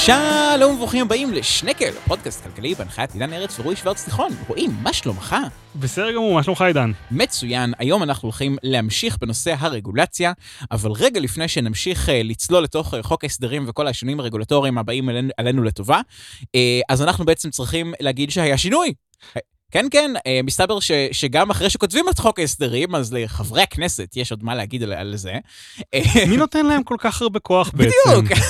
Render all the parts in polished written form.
שלום וברוכים הבאים לשנקל, פודקאסט כלכלי בהנחיית עידן ארץ ורועי שוורץ תיכון. רועי, מה שלומך? בסדר גמור, מה שלומך עידן? מצוין, היום אנחנו הולכים להמשיך בנושא הרגולציה, אבל רגע לפני שנמשיך לצלול לתוך חוק ההסדרים וכל השינויים הרגולטוריים הבאים עלינו לטובה, אז אנחנו בעצם צריכים להגיד שהיה שינוי. כן, כן, מסתבר שגם אחרי שכותבים את חוק ההסדרים, אז לחברי הכנסת יש עוד מה להגיד על זה. מי נותן להם כל כך הרבה כוח בעצם? בדיוק.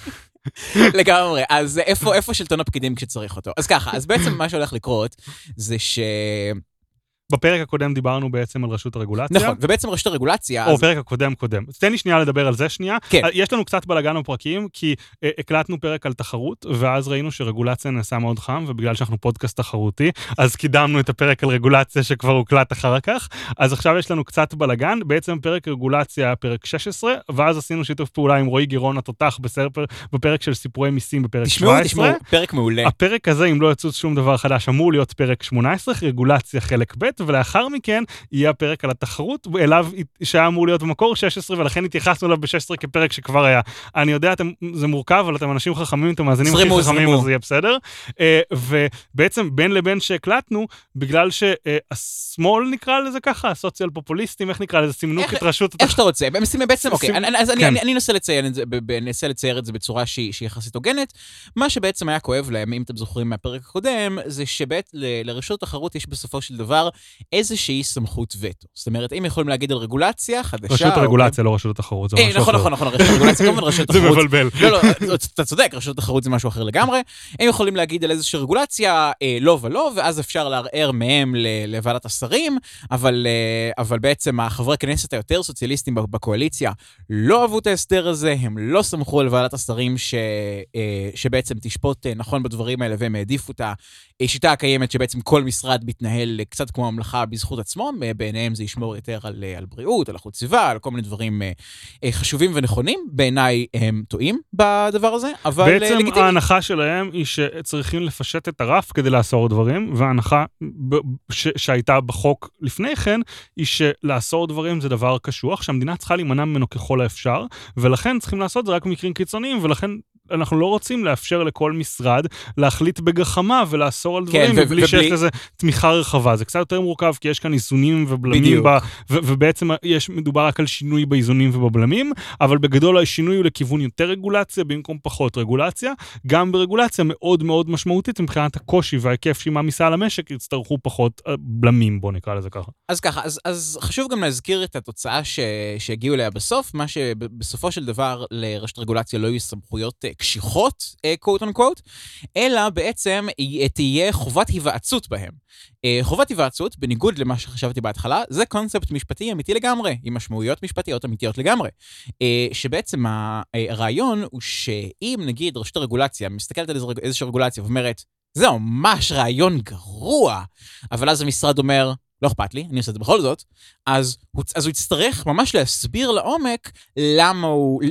לגמרי, אז איפה שלטון הפקידים כשצריך אותו? אז ככה, אז בעצם מה שהולך לקרות זה בפרק הקודם דיברנו בעצם על רשות הרגולציה. נכון, ובעצם רשות הרגולציה... או פרק הקודם. תן לי שנייה לדבר על זה שנייה. כן. יש לנו קצת בלגן בפרקים, כי הקלטנו פרק על תחרות, ואז ראינו שרגולציה נעשה מאוד חם, ובגלל שאנחנו פודקאסט תחרותי, אז קידמנו את הפרק על רגולציה שכבר הוקלט אחר כך. אז עכשיו יש לנו קצת בלגן, בעצם פרק רגולציה היה פרק 16, ואז עשינו שיתוף פעולה עם רועי גירון התותח בפרק של סיפורי מיסים בפרק 17. תשמעו, פרק מעולה. הפרק הזה, אם לא יצוץ שום דבר חדש, אמור להיות פרק 18, רגולציה חלק ב', ולאחר מכן יהיה הפרק על התחרות, אליו שהיה אמור להיות במקור 16, ולכן התייחסנו אליו ב-16 כפרק שכבר היה. אני יודע, זה מורכב, אבל אתם אנשים חכמים, אתם מאזינים הכי חכמים, אז זה יהיה בסדר. ובעצם בין לבין שהקלטנו, בגלל שהשמאל נקרא לזה ככה, הסוציאל פופוליסטים, איך נקרא לזה, סימנוק את רשות... איך שאתה רוצה, בעצם, אוקיי, אז אני אנסה לצייר את זה בצורה שהיא יחסית הוגנת. מה שבעצם היה כואב להם, אם אתם זוכרים מהפרק הקודם, זה לרשות התחרות יש בסופו של דבר איזושהי סמכות וטו. זאת אומרת, אם יכולים להגיד על רגולציה חדשה... רשות הרגולציה, לא רשות התחרות, זה משהו אחר. נכון, רשות הרגולציה, כמובן רשות התחרות. זה מבלבל. לא, אתה צודק, רשות התחרות זה משהו אחר לגמרי. הם יכולים להגיד על איזושהי רגולציה, לא ולא, ואז אפשר לערער מהם לוועדת השרים, אבל בעצם החברי כנסת היותר סוציאליסטים בקואליציה לא אהבו את ההסדר הזה, הם לא סמכו על ועדת השרים שבעצם תשפוט נכון בדברים האלה, והם העדיפו את השיטה הקיימת שבעצם כל משרד מתנהל קצת כמו הממלכה בזכות עצמו, בעיניהם זה ישמור יותר על בריאות, על איכות סביבה, על כל מיני דברים חשובים ונכונים, בעיניי הם טועים בדבר הזה, אבל בעצם לגיטימי. ההנחה שלהם היא שצריכים לפשט את הרף כדי לאסור דברים, וההנחה שהייתה בחוק לפני כן, היא שלאסור דברים זה דבר קשוח, שהמדינה צריכה להימנע ממנו ככל האפשר, ולכן צריכים לעשות זה רק במקרים קיצוניים, ולכן אנחנו לא רוצים לאפשר לכל משרד להחליט בגחמה ולאסור על דברים, מבלי שיש לזה תמיכה רחבה. זה קצת יותר מורכב, כי יש כאן איזונים ובלמים, ובעצם מדובר רק על שינוי באיזונים ובבלמים, אבל בגדול השינוי הוא לכיוון יותר רגולציה, במקום פחות רגולציה. גם ברגולציה מאוד מאוד משמעותית, מבחינת הקושי וההיקף שהיא מעמיסה על המשק, יצטרכו פחות בלמים, בוא נקרא לזה ככה. אז ככה, אז חשוב גם להזכיר את התוצאה שהגיעו אליה בסוף, מה שבסופו של דבר לרשת רגולציה לא יהיו סמכויות קשיחות, quote unquote, אלא בעצם תהיה חובת היוועצות בהם. חובת היוועצות, בניגוד למה שחשבתי בהתחלה, זה קונספט משפטי אמיתי לגמרי, עם משמעויות משפטיות אמיתיות לגמרי. שבעצם הרעיון הוא שאם נגיד רשות הרגולציה מסתכלת על איזושהי רגולציה ואומרת, זה ממש רעיון גרוע, אבל אז המשרד אומר, לא אכפת לי, אני עושה את זה בכל זאת, אז הוא יצטרך ממש להסביר לעומק למה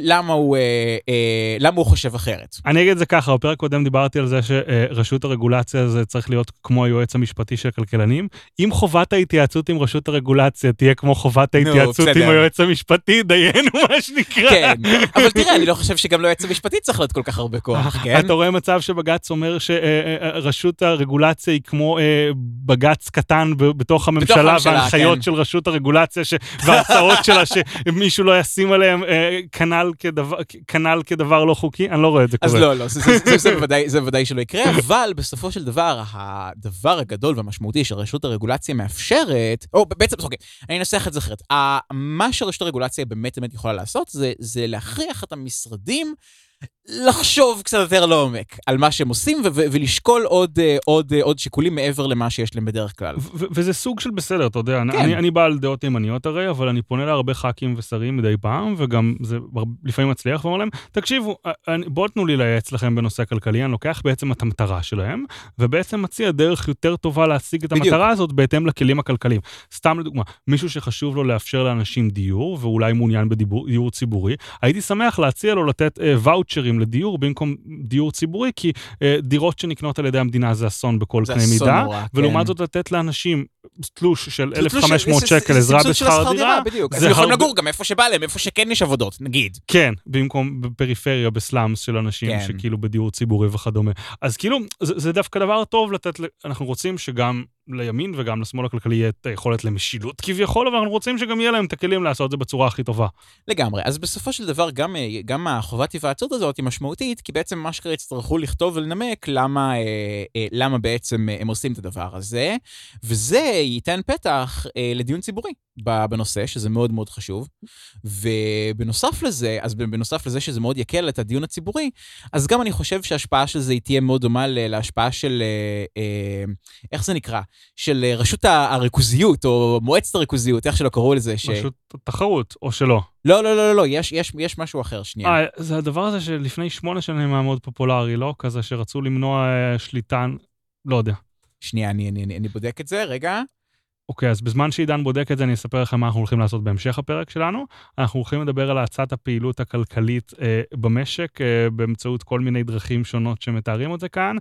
הוא חושב אחרת. אני אגיד את זה ככה, בפרק קודם דיברתי על זה שרשות הרגולציה זה צריך להיות כמו היועץ המשפטי של הכלכלנים. אם חובת ההתייעצות עם רשות הרגולציה תהיה כמו חובת ההתייעצות עם היועץ המשפטי, דיינו מה שנקרא. כן, אבל תראה, אני לא חושב שגם ליועץ המשפטי צריך להיות כל כך הרבה כוח, כן? אתה רואה מצב שבג"ץ אומר שרשות הרגולציה היא כמו בג"ץ קטן בתוך הממשלה, וההנחיות של רשות הרגולציה וההצעות שלה שמישהו לא ישים עליהם כנל כדבר לא חוקי, אני לא רואה את זה קורה. אז לא, זה ודאי שלא יקרה, אבל בסופו של דבר, הדבר הגדול והמשמעותי שרשות הרגולציה מאפשרת, או בעצם, אוקיי, אני אנסח את זה אחרת, מה שרשות הרגולציה באמת יכולה לעשות, זה להכריח את המשרדים לחשוב קצת יותר לעומק על מה שהם עושים, ולשקול עוד שיקולים מעבר למה שיש להם בדרך כלל. וזה סוג של בסדר, אתה יודע, אני בעל דעות ימניות הרי, אבל אני פונה להרבה ח"כים ושרים מדי פעם, וגם זה לפעמים מצליח, ואומר להם, תקשיבו, בואו תנו לי לייעץ לכם בנושא כלכלי, אני לוקח בעצם את המטרה שלהם, ובעצם מציע דרך יותר טובה להשיג את המטרה הזאת, בהתאם לכלים הכלכליים. סתם לדוגמה, מישהו שחשוב לו לאפשר לאנשים דיור, ואולי מעוניין בדיור ציבורי, הייתי שמח להציע לו לתת ואוצ'רים לדיור במקום דיור ציבורי, כי דירות שנקנות על ידי המדינה זה אסון בכל קנה מידה, ולעומת זאת לתת לאנשים תלוש של 1,500 שקל עזרה בשכר דירה. בדיוק. אז הם יכולים לגור גם איפה שבא להם, איפה שכן יש עבודות, נגיד. כן, במקום בפריפריה, בסלאמס של אנשים שכאילו בדיור ציבורי וכדומה. אז כאילו, זה דווקא דבר טוב לתת, אנחנו רוצים שגם לימין וגם לשמאל הכלכלי יהיה את היכולת למשילות כביכול, אבל אנחנו רוצים שגם יהיה להם את הכלים לעשות את זה בצורה הכי טובה. לגמרי. אז בסופו של דבר, גם החובת היוועצות הזאת היא משמעותית, כי בעצם מה שקרה יצטרכו לכתוב ולנמק למה בעצם הם עושים את הדבר הזה, וזה ייתן פתח לדיון ציבורי בנושא, שזה מאוד מאוד חשוב. ובנוסף לזה שזה מאוד יקל את הדיון הציבורי, אז גם אני חושב שההשפעה של זה היא תהיה מאוד דומה להשפעה של, איך זה נקרא? של רשות הריכוזיות, או מועצת הריכוזיות, איך שלא קראו לזה. רשות התחרות, או שלא? לא, יש משהו אחר, שנייה. זה הדבר הזה שלפני 8 שנים היה מאוד פופולרי, לא? כזה שרצו למנוע שליטה, לא יודע. שנייה, אני בודק את זה, רגע. אוקיי, אז בזמן שעידן בודק את זה, אני אספר לכם מה אנחנו הולכים לעשות בהמשך הפרק שלנו. אנחנו הולכים לדבר על האצת הפעילות הכלכלית במשק, באמצעות כל מיני דרכים שונות שמתארים את זה כאן.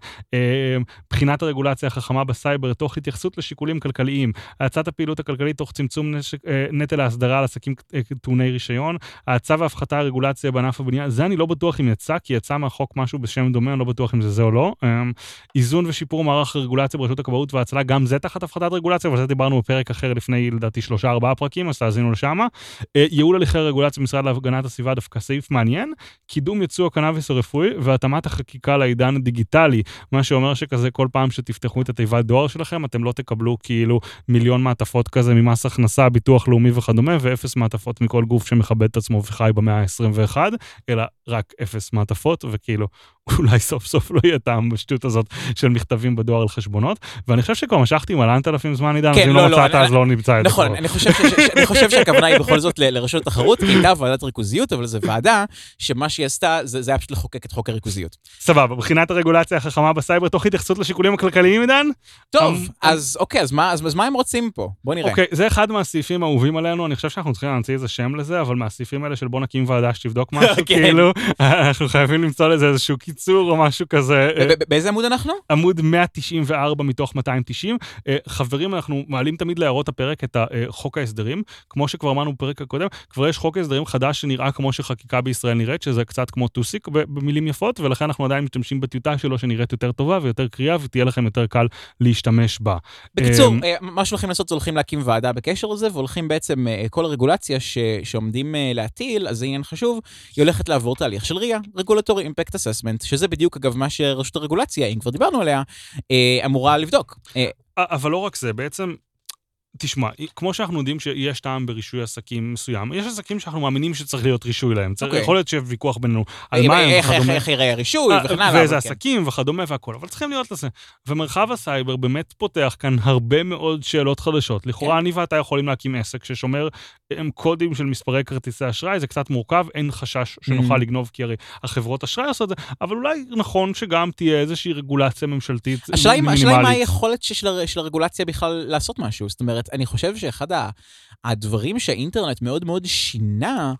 בחינת הרגולציה החכמה בסייבר, תוך התייחסות לשיקולים כלכליים. האצת הפעילות הכלכלית תוך צמצום נטל ההסדרה על עסקים טעוני רישיון. האצה והפחתה הרגולציה בענף הבנייה. זה אני לא בטוח אם יצא, כי יצא מהחוק משהו בשם דומה, אני לא בטוח אם זה או לא. איזון ושיפור מערך הרגולציה ברשות הכבאות וההצלה, גם זה תחת הפחתת רגולציה, אבל זה דיברנו בפרק אחר לפני, לדעתי, 3-4 פרקים, אז תאזינו לשם. ייעול הליכי רגולציה במשרד להגנת הסביבה, דווקא סעיף מעניין. קידום ייצוא הקנאביס הרפואי, והתאמת החקיקה לעידן הדיגיטלי, מה שאומר שכזה כל פעם שתפתחו את התיבת דואר שלכם, אתם לא תקבלו כאילו 1,000,000 מעטפות כזה ממס הכנסה, ביטוח לאומי וכדומה, ו0 מעטפות מכל גוף שמכבד את עצמו וחי במאה ה-21, אלא רק 0 מעטפות, וכאילו אולי סוף סוף לא יהיה טעם בשטות הזאת של מכתבים בדואר על חשבונות, ואני חושב שכבר משכתי עם 9,000 זמן עידן, אז אם לא מצאת אז לא נמצא את זה. נכון, אני חושב שהכוונה היא בכל זאת לרשות התחרות, כי הייתה ועדת ריכוזיות, אבל זו ועדה שמה שהיא עשתה, זה היה פשוט לחוקק את חוק הריכוזיות. סבבה, בחינת הרגולציה החכמה בסייבר, תוך התייחסות לשיקולים הכלכליים, עידן? טוב, אז אוקיי, אז מה הם רוצים פה? בוא נראה. אוקיי, זה אחד מהסעיפים האהובים עלינו, אני חושב שאנחנו צריכים להמציא איזה שם לזה, אבל מהסעיפים האלה של בוא נקים ועדה שתבדוק משהו, כאילו, אנחנו חייבים למצוא לזה איזשהו קיצור או משהו כזה. באיזה עמוד אנחנו? עמוד 194 מתוך 290. חברים, אנחנו מעלים תמיד להערות הפרק את חוק ההסדרים. כמו שכבר אמרנו בפרק הקודם, כבר יש חוק ההסדרים חדש שנראה כמו שחקיקה בישראל נראית, שזה קצת כמו טוסיק במילים יפות, ולכן אנחנו עדיין משתמשים בטיוטה שלו שנראית יותר טובה ויותר קריאה, ותהיה לכם יותר קל להשתמש בה. בקיצור, מה שהולכים לעשות זה הולכים להקים ועדה בקשר לזה, והולכים בעצם כל הרגולציה שעומדים להטיל, אז זה עניין חשוב, היא הולכת לעבור תהליך של RIA, Regulatory Impact Assessment, שזה בדיוק אגב מה שרשות הרגולציה, אם כבר דיברנו עליה, אמורה לבדוק. אבל לא רק זה, בעצם תשמע, כמו שאנחנו יודעים שיש טעם ברישוי עסקים מסוים, יש עסקים שאנחנו מאמינים שצריך להיות רישוי להם. יכול להיות שיש ויכוח בינינו על מה הם וכדומה. איך יראה הרישוי וכן הלאה. ואיזה עסקים וכדומה והכל, אבל צריכים להיות לזה. ומרחב הסייבר באמת פותח כאן הרבה מאוד שאלות חדשות. לכאורה אני ואתה יכולים להקים עסק ששומר קודים של מספרי כרטיסי אשראי, זה קצת מורכב, אין חשש שנוכל לגנוב, כי הרי החברות אשראי עושות את זה, אבל אולי נכון שגם תהיה איזושהי רגולציה ממשלתית מינימלית. השאלה היא מה היכולת של הרגולציה בכלל לעשות משהו. זאת אומרת, אני חושב שאחד הדברים שהאינטרנט מאוד מאוד שינה,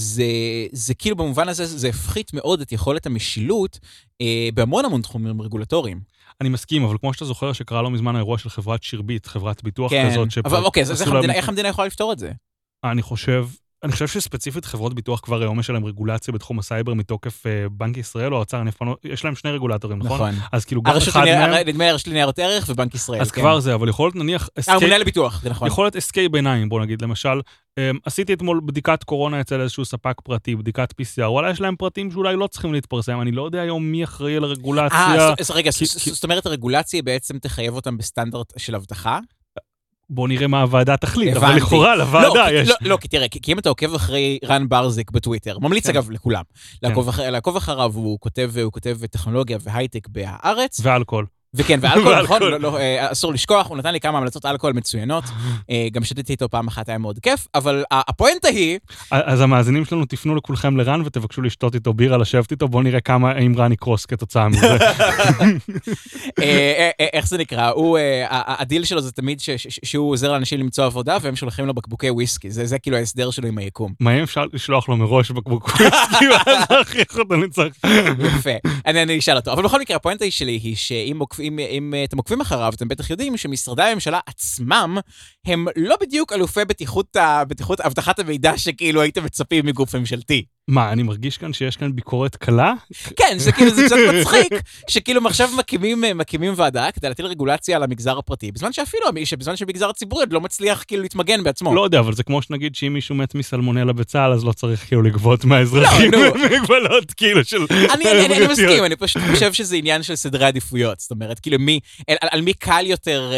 זה כאילו במובן הזה, זה הפחית מאוד את יכולת המשילות בהמון תחומים רגולטוריים. אני מסכים, אבל כמו שאתה זוכר שקרה לא מזמן האירוע של חברת שירבית, חברת ביטוח כזאת. אבל אוקיי, אז איך המדינה יכולה לפתור את זה? אני חושב שספציפית חברות ביטוח כבר היום יש להם רגולציה בתחום הסייבר מתוקף בנק ישראל או האוצר, יש להם 2 רגולטורים, נכון? אז כאילו גם אחד מהם... נדמה לי הרשות לניירות ערך ובנק ישראל. אז כבר זה, אבל יכול להיות נניח... הממונה לביטוח, זה נכון. יכול להיות עסקי ביניים, בוא נגיד, למשל, עשיתי אתמול בדיקת קורונה אצל איזשהו ספק פרטי, בדיקת PCR, אולי יש להם פרטים שאולי לא צריכים להתפרסם, אני לא יודע היום מי אחראי על הרגולציה. רגע, זאת אומרת הרגולציה בעצם תחייב אותם בסטנדרט של הבטחה? בוא נראה מה הוועדה תחליט, אבל לכאורה לוועדה יש. לא, כי תראה, כי אם אתה עוקב אחרי רן ברזיק בטוויטר, ממליץ אגב לכולם, לעקוב אחריו, הוא כותב טכנולוגיה והייטק בהארץ. ואלכוהול. וכן, ואלכוהול, נכון, אסור לשכוח, הוא נתן לי כמה המלצות אלכוהול מצוינות, גם שתיתי איתו פעם אחת, היה מאוד כיף, אבל הפואנטה היא... אז המאזינים שלנו תפנו לכולכם לרן, ותבקשו לשתות איתו בירה, לשבת איתו, בואו נראה כמה אם רן יקרוס כתוצאה מזה. איך זה נקרא? הדיל שלו זה תמיד שהוא עוזר לאנשים למצוא עבודה, והם שולחים לו בקבוקי וויסקי, זה כאילו ההסדר שלו עם היקום. מה אם אפשר לשלוח לו מראש בקבוק וויסקי, ואז להכריח אותו לצחק? יפה, אני אשאל אותו. אבל בכל מקרה, הפואנטה שלי היא שאם אם אתם עוקבים אחריו, אתם בטח יודעים שמשרדי הממשלה עצמם הם לא בדיוק אלופי בטיחות אבטחת המידע שכאילו הייתם מצפים מגוף ממשלתי. מה, אני מרגיש כאן שיש כאן ביקורת קלה? כן, זה כאילו, זה קצת מצחיק, שכאילו עכשיו מקימים ועדה כדי להטיל רגולציה על המגזר הפרטי, בזמן שאפילו, בזמן שהמגזר הציבורי לא מצליח כאילו להתמגן בעצמו. לא יודע, אבל זה כמו שנגיד שאם מישהו מת מסלמונלה בצהל, אז לא צריך כאילו לגבות מהאזרחים מגבלות כאילו של... אני מסכים, אני פשוט חושב שזה עניין של סדרי עדיפויות, זאת אומרת, כאילו על מי קל יותר,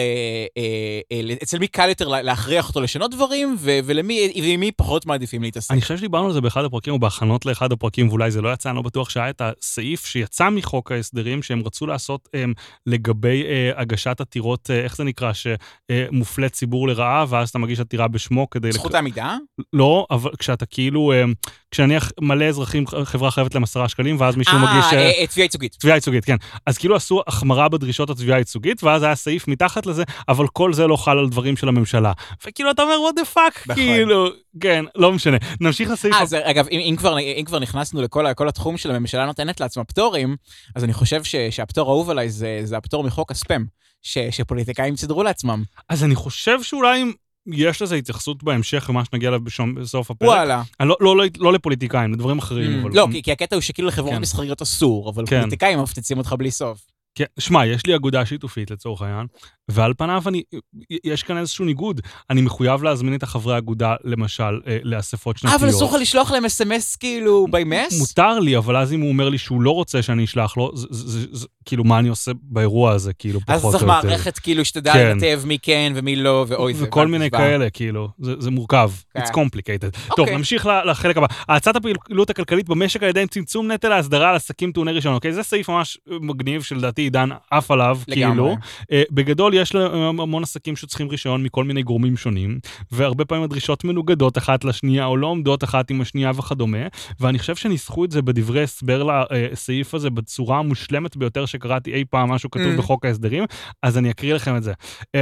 אצל מי קל יותר להכריח אותו לשנות דברים, ולמי פחות מעדיפים להתעסק. אני חושב שדיברנו על זה באחד הפרקים, או בהכנות לאחד הפרקים, ואולי זה לא יצא, אני לא בטוח שהיה את הסעיף שיצא מחוק ההסדרים, שהם רצו לעשות לגבי הגשת עתירות, איך זה נקרא, שמופלה ציבור לרעה, ואז אתה מגיש עתירה בשמו כדי... זכות העמידה? לא, אבל כשאתה כאילו, כשנניח מלא אזרחים, חברה חייבת להם 10 שקלים, ואז מישהו מגיש... תביעה ייצוגית. תביעה ייצוגית, כן. אז כאילו עשו החמרה בדרישות התביעה הייצוגית, ואז היה סעיף מתחת לזה, אבל כל זה לא חל על דברים של הממשלה. וכאילו אתה אומר, what the fuck, כאילו, כן, לא משנה. נמשיך לסעיף... אז אגב, אם כבר נכנסנו לכל התחום של הממשלה נותנת לעצמה פטורים, אז אני חושב שהפטור האהוב עליי זה הפטור מחוק הספאם, שפוליטיקאים סידרו לעצמם. אז אני חושב שאולי יש לזה התייחסות בהמשך למה שנגיע בסוף הפרק. וואלה. לא לפוליטיקאים, לדברים אחרים. לא, כי הקטע הוא שכאילו לחברות מסחריות אסור, אבל פוליטיקאים מפציצים אותך בלי סוף. כן, שמע, יש לי אגודה שיתופית לצורך העניין, ועל פניו יש כאן איזשהו ניגוד. אני מחויב להזמין את החברי האגודה, למשל, לאספות שנתיות. אבל אסור לך לשלוח להם אס-אמס כאילו by-mess? מותר לי, אבל אז אם הוא אומר לי שהוא לא רוצה שאני אשלח לו, כאילו, מה אני עושה באירוע הזה, כאילו, פחות או יותר. אז צריך מערכת, כאילו, שתדע לנתב מי כן ומי לא, ואוי זה. וכל מיני כאלה, כאילו, זה מורכב. It's complicated. טוב, נמשיך לחלק הבא. האצת הפעילות הכלכלית במשק על ידי צמצום נטל ההסדרה על עסקים טעוני רישיון. אוקיי, זה סעיף ממש מגניב שלדעתי עידן עף עליו, כאילו. בגדול יש המון עסקים שצריכים רישיון מכל מיני גורמים שונים, והרבה פעמים הדרישות מנוגדות אחת לשנייה, או לא עומדות אחת עם השנייה וכדומה, ואני חושב שניסחו את זה בדברי הסבר לסעיף הזה בצורה המושלמת ביותר שקראתי אי פעם משהו כתוב בחוק ההסדרים, אז אני אקריא לכם את זה.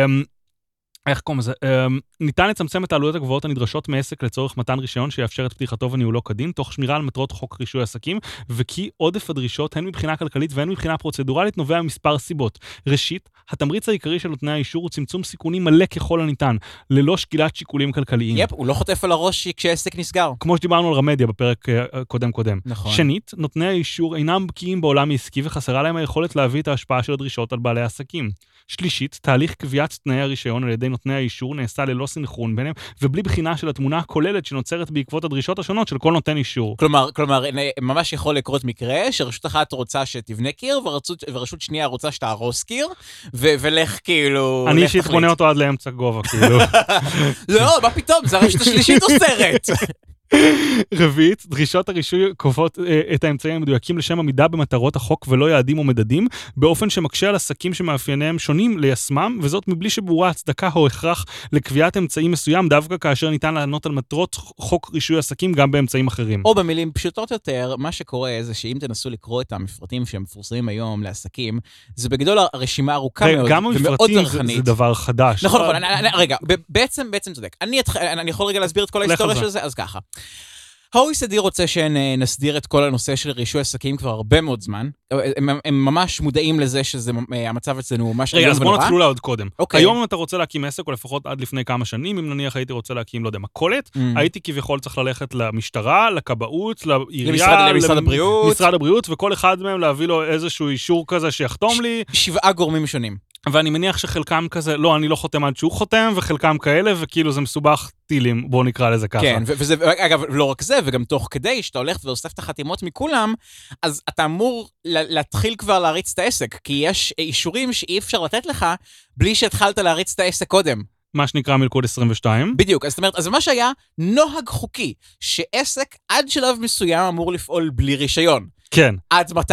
איך קוראים לזה? ניתן לצמצם את העלויות הגבוהות הנדרשות מעסק לצורך מתן רישיון שיאפשר את פתיחתו וניהולו כדין, תוך שמירה על מטרות חוק רישוי עסקים, וכי עודף הדרישות הן מבחינה כלכלית והן מבחינה פרוצדורלית נובע מספר סיבות. ראשית, התמריץ העיקרי של נותני האישור הוא צמצום סיכונים מלא ככל הניתן, ללא שקילת שיקולים כלכליים. יפ, הוא לא חוטף על הראש כשעסק נסגר. כמו שדיברנו על רמדיה בפרק קודם. נכון. שנית, נותני האישור אינם בקיאים בעולם העסקי וחסרה להם היכולת להביא את ההשפעה של הדרישות על בעלי העסקים. שלישית, תהליך קביעת תנאי הרישיון על ידי נותני האישור נעשה ללא סנכרון ביניהם, ובלי בחינה של התמונה הכוללת שנוצרת בעקבות הדרישות השונות של כל נותן אישור. כלומר, ממש יכול לקרות מקרה שרשות אחת רוצה שתבנה קיר, ורשות שנייה רוצה שתהרוס קיר, ולך כאילו... אני אישית בונה אותו עד לאמצע גובה, כאילו. לא, מה פתאום? זה הרשת השלישית אוסרת. רביעית, דרישות הרישוי קובעות את האמצעים המדויקים לשם עמידה במטרות החוק ולא יעדים או מדדים, באופן שמקשה על עסקים שמאפייניהם שונים ליישמם, וזאת מבלי שברורה הצדקה או הכרח לקביעת אמצעים מסוים, דווקא כאשר ניתן לענות על מטרות חוק רישוי עסקים גם באמצעים אחרים. או במילים פשוטות יותר, מה שקורה זה שאם תנסו לקרוא את המפרטים שהם מפורסמים היום לעסקים, זה בגדול הרשימה ארוכה מאוד גם המפרטים זה דבר חדש. נכון, רגע, בעצם צודק. אני יכול רגע להסביר את כל ההיסטוריה של זה, אז ככה. ה-OECD רוצה שנסדיר את כל הנושא של רישוי עסקים כבר הרבה מאוד זמן. הם ממש מודעים לזה שזה המצב אצלנו ממש... רגע, אז בואו נתחילו לה עוד קודם. היום אם אתה רוצה להקים עסק, או לפחות עד לפני כמה שנים, אם נניח הייתי רוצה להקים, לא יודע, מכולת, הייתי כביכול צריך ללכת למשטרה, לכבאות, לעירייה, למשרד הבריאות, וכל אחד מהם להביא לו איזשהו אישור כזה שיחתום לי. 7 גורמים שונים. ואני מניח שחלקם כזה, לא, אני לא חותם עד שהוא חותם, וחלקם כאלה, וכאילו זה מסובך טילים, בואו נקרא לזה ככה. כן, וזה, אגב, לא רק זה, וגם תוך כדי שאתה הולך ואוסף את החתימות מכולם, אז אתה אמור להתחיל כבר להריץ את העסק, כי יש אישורים שאי אפשר לתת לך, בלי שהתחלת להריץ את העסק קודם. מה שנקרא מלכוד 22. בדיוק, אז זאת אומרת, אז מה שהיה נוהג חוקי, שעסק עד שלב מסוים אמור לפעול בלי רישיון. כן. עד מתי?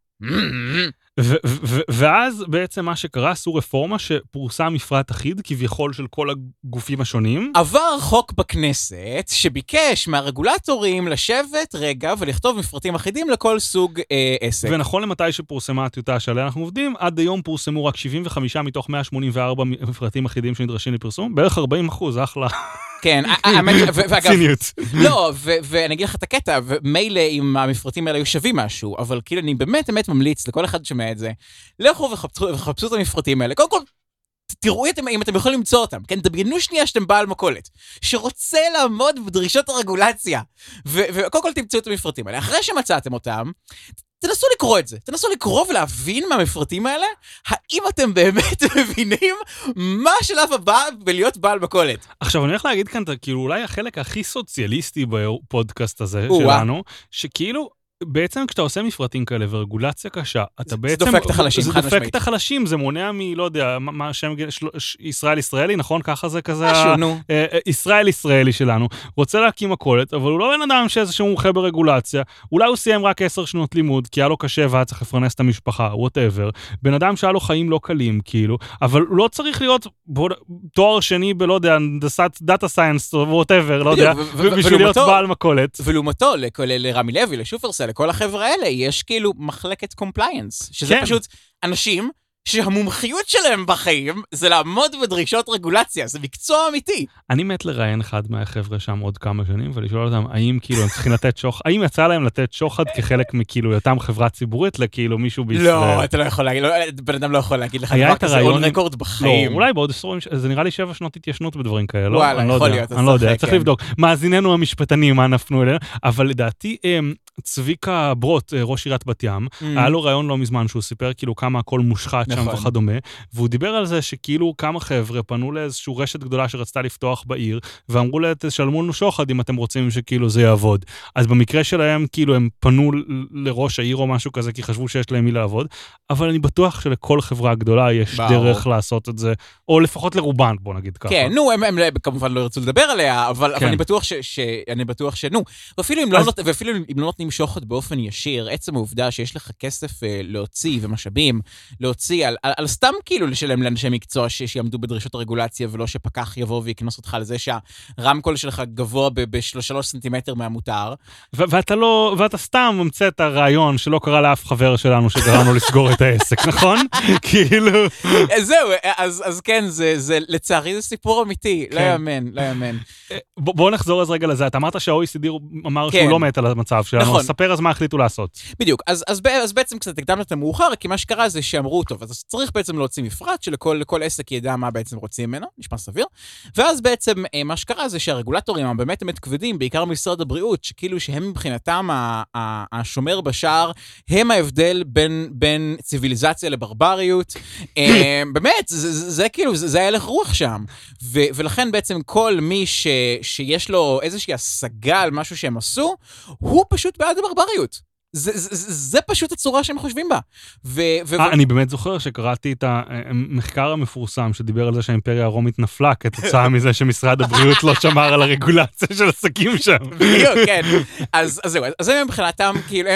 ואז בעצם מה שקרה, עשו רפורמה שפורסם מפרט אחיד, כביכול של כל הגופים השונים. עבר חוק בכנסת שביקש מהרגולטורים לשבת רגע ולכתוב מפרטים אחידים לכל סוג עסק. ונכון למתי שפורסמה הטיוטה שעליה אנחנו עובדים, עד היום פורסמו רק 75 מתוך 184 מפרטים אחידים שנדרשים לפרסום, בערך 40%, אחלה. כן, האמת, ואגב... ציניות. לא, ואני אגיד לך את הקטע, ומילא אם המפרטים האלה היו שווים משהו, אבל כאילו אני באמת ממליץ לכל אחד ששומע את זה, לכו וחפשו את המפרטים האלה. קודם כל, תראו אם אתם יכולים למצוא אותם, כן? דמיינו שנייה שאתם בעל מכולת, שרוצה לעמוד בדרישות הרגולציה, וקודם כל תמצאו את המפרטים האלה. אחרי שמצאתם אותם, תנסו לקרוא את זה. תנסו לקרוא ולהבין מהמפרטים האלה, האם אתם באמת מבינים מה השלב הבא בלהיות בעל מכולת. עכשיו, אני הולך להגיד כאן, כאילו, אולי החלק הכי סוציאליסטי בפודקאסט הזה שלנו, שכאילו, בעצם כשאתה עושה מפרטים כאלה ורגולציה קשה, אתה בעצם... זה דופק את החלשים, זה דופק את החלשים, זה מונע לא יודע, מה השם... ישראל-ישראלי, נכון? ככה זה כזה... משהו, נו. ישראל-ישראלי שלנו. רוצה להקים מכולת, אבל הוא לא בן אדם שאיזשהו מומחה ברגולציה. אולי הוא סיים רק 10 שנות לימוד, כי היה לו קשה והיה צריך לפרנס את המשפחה, whatever. בן אדם שהיה לו חיים לא קלים, כאילו, אבל הוא לא צריך להיות תואר שני בלא יודע, הנדסת דאטה סיינס, whatever, לא יודע, בשביל להיות בעל מכולת. ולעומתו, לרמי לוי, לשופרסל, לכל החבר'ה האלה, יש כאילו מחלקת קומפליינס, שזה פשוט אנשים שהמומחיות שלהם בחיים זה לעמוד בדרישות רגולציה, זה מקצוע אמיתי. אני מת לראיין אחד מהחבר'ה שם עוד כמה שנים, ולשאול אותם, האם כאילו הם צריכים לתת שוחד, האם יצא להם לתת שוחד כחלק מכאילו אותם חברה ציבורית לכאילו מישהו בישראל? לא, אתה לא יכול להגיד, בן אדם לא יכול להגיד לך דבר כזה, און רקורד בחיים. לא, אולי בעוד 20, זה נראה לי 7 שנות התיישנות בדברים כאלה, לא? וואלה, יכול להיות. אני לא יודע, צריך לבדוק. מאזיננו המשפטנים, מה נפנו אלינו, אבל לדעתי, צביקה ברוט, ראש עיריית בת ים, היה לו רעיון לא מזמן שהוא סיפר כאילו כמה הכל מושחת שם וכדומה, והוא דיבר על זה שכאילו כמה חבר'ה פנו לאיזשהו רשת גדולה שרצתה לפתוח בעיר, ואמרו לה, תשלמו לנו שוחד אם אתם רוצים שכאילו זה יעבוד. אז במקרה שלהם, כאילו הם פנו לראש העיר או משהו כזה, כי חשבו שיש להם מי לעבוד, אבל אני בטוח שלכל חברה גדולה יש דרך לעשות את זה, או לפחות לרובן, בוא נגיד ככה. כן, נו, הם כמובן לא ירצו לדבר עליה, אבל אני בטוח נו, ואפילו אם לא נותנים שוחד באופן ישיר, עצם העובדה שיש לך כסף להוציא ומשאבים, להוציא על סתם כאילו לשלם לאנשי מקצוע שיעמדו בדרישות הרגולציה, ולא שפקח יבוא ויקנוס אותך על זה שהרמקול שלך גבוה ב3 סנטימטר מהמותר. ואתה סתם ממצא את הרעיון שלא קרה לאף חבר שלנו שגרמנו לסגור את העסק, נכון? כאילו... זהו, אז כן, לצערי זה סיפור אמיתי, לא יאמן. בואו נחזור אז רגע לזה, אתה אמרת שה-OECD אמר שהוא לא מת על המצב שלנו, ספר אז מה החליטו לעשות. בדיוק, אז בעצם קצת הקדמנו את המאוחר, כי מה שקרה זה שאמרו, טוב, אז צריך בעצם להוציא מפרט, שלכל עסק ידע מה בעצם רוצים ממנו, נשמע סביר, ואז בעצם מה שקרה זה שהרגולטורים באמת כבדים, בעיקר משרד הבריאות, שכאילו שהם מבחינתם השומר בשער, הם ההבדל בין ציוויליזציה לברבריות, באמת, זה כאילו, זה הלך רוח שם, ולכן בעצם כל מי שיש לו איזושהי השגה על משהו שהם עשו, הוא פשוט בעד הברבריות. זה פשוט הצורה שהם חושבים בה. אני באמת זוכר שקראתי את המחקר המפורסם שדיבר על זה שהאימפריה הרומית נפלה כתוצאה מזה שמשרד הבריאות לא שמר על הרגולציה של עסקים שם. בדיוק, כן. אז זהו, אז הם מבחינתם, כאילו,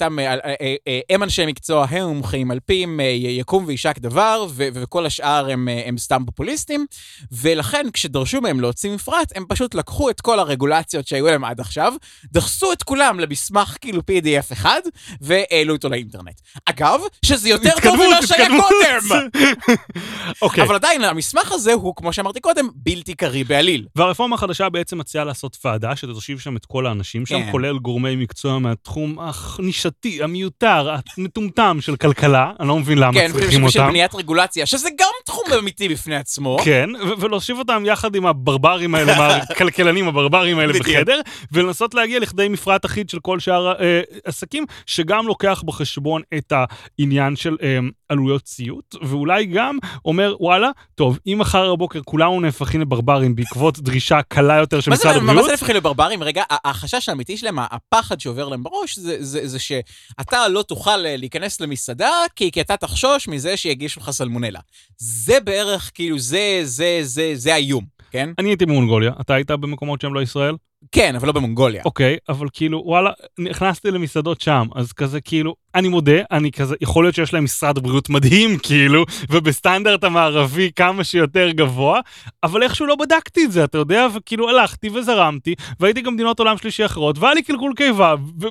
הם אנשי מקצוע, הם מומחים, על פיהם יקום וישק דבר, וכל השאר הם סתם פופוליסטים, ולכן כשדרשו מהם להוציא מפרט, הם פשוט לקחו את כל הרגולציות שהיו להם עד עכשיו, דחסו את כולם למסמך כאילו PDF אחד, והעלו אותו לאינטרנט. אגב, שזה יותר טוב ממה שהיה קודם. אבל עדיין, המסמך הזה הוא, כמו שאמרתי קודם, בלתי קרי בעליל. והרפורמה החדשה בעצם מציעה לעשות ועדה, שתושיב שם את כל האנשים שם, כולל גורמי מקצוע מהתחום הנישתי, המיותר, המטומטם של כלכלה, אני לא מבין למה צריכים אותם. של בניית רגולציה, שזה גם תחום אמיתי בפני עצמו. כן, ולהושיב אותם יחד עם הברברים האלה, מהכלכלנים הברברים האלה בחדר, ולנסות להגיע לכדי מפרט אחיד של כל שאר עסקים, שגם לוקח בחשבון את העניין של עלויות ציות, ואולי גם אומר, וואלה, טוב, אם מחר הבוקר כולנו נהפכים לברברים בעקבות דרישה קלה יותר של משרד הבריאות... מה זה נהפכים לברברים? רגע, החשש האמיתי שלהם, הפחד שעובר להם בראש, זה שאתה לא תוכל להיכנס למסעדה, כי אתה תחשוש מזה שיגישו לך סלמונלה. זה בערך, כאילו, זה האיום, כן? אני הייתי במונגוליה, אתה היית במקומות שהם לא ישראל? כן, אבל לא במונגוליה. אוקיי, אבל כאילו, וואלה, נכנסתי למסעדות שם, אז כזה כאילו, אני מודה, אני כזה, יכול להיות שיש להם משרד בריאות מדהים, כאילו, ובסטנדרט המערבי כמה שיותר גבוה, אבל איכשהו לא בדקתי את זה, אתה יודע, וכאילו הלכתי וזרמתי, והייתי גם מדינות עולם שלישי אחרות, והיה לי קלקול קיבה,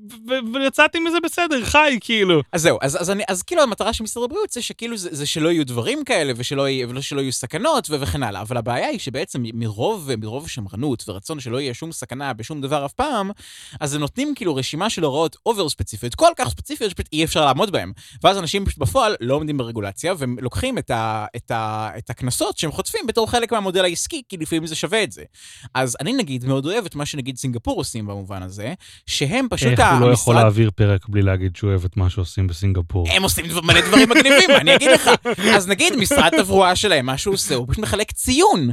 ויצאתי מזה בסדר, חי, כאילו. אז זהו, אז כאילו המטרה של משרד הבריאות זה שכאילו זה שלא יהיו דברים כאלה, שלא יהיו סכנות וכן הלאה. אבל הבעיה היא שבעצם מרוב שמרנות ורצון שלא יהיה שום סכנה בשום דבר אף פעם, אז הם נותנים כאילו רשימה של הוראות אובר ספציפיות, כל כך ספציפיות שפשוט אי אפשר לעמוד בהם. ואז אנשים בפועל לא עומדים ברגולציה, והם לוקחים את הכנסות שהם חוטפים בתור חלק מהמודל העסקי, כי לפעמים זה שווה את זה. אז אני נגיד מאוד אוהב את מה שנגיד סינגפור עושים במובן הזה, שהם פשוט איך הוא לא יכול להעביר פרק בלי להגיד שהוא אוהב את מה שעושים בסינגפור? הם עושים מלא דברים מגניבים, אני אגיד לך. אז נגיד משרד התברואה שלהם, מה שהוא עושה, הוא פשוט מחלק ציון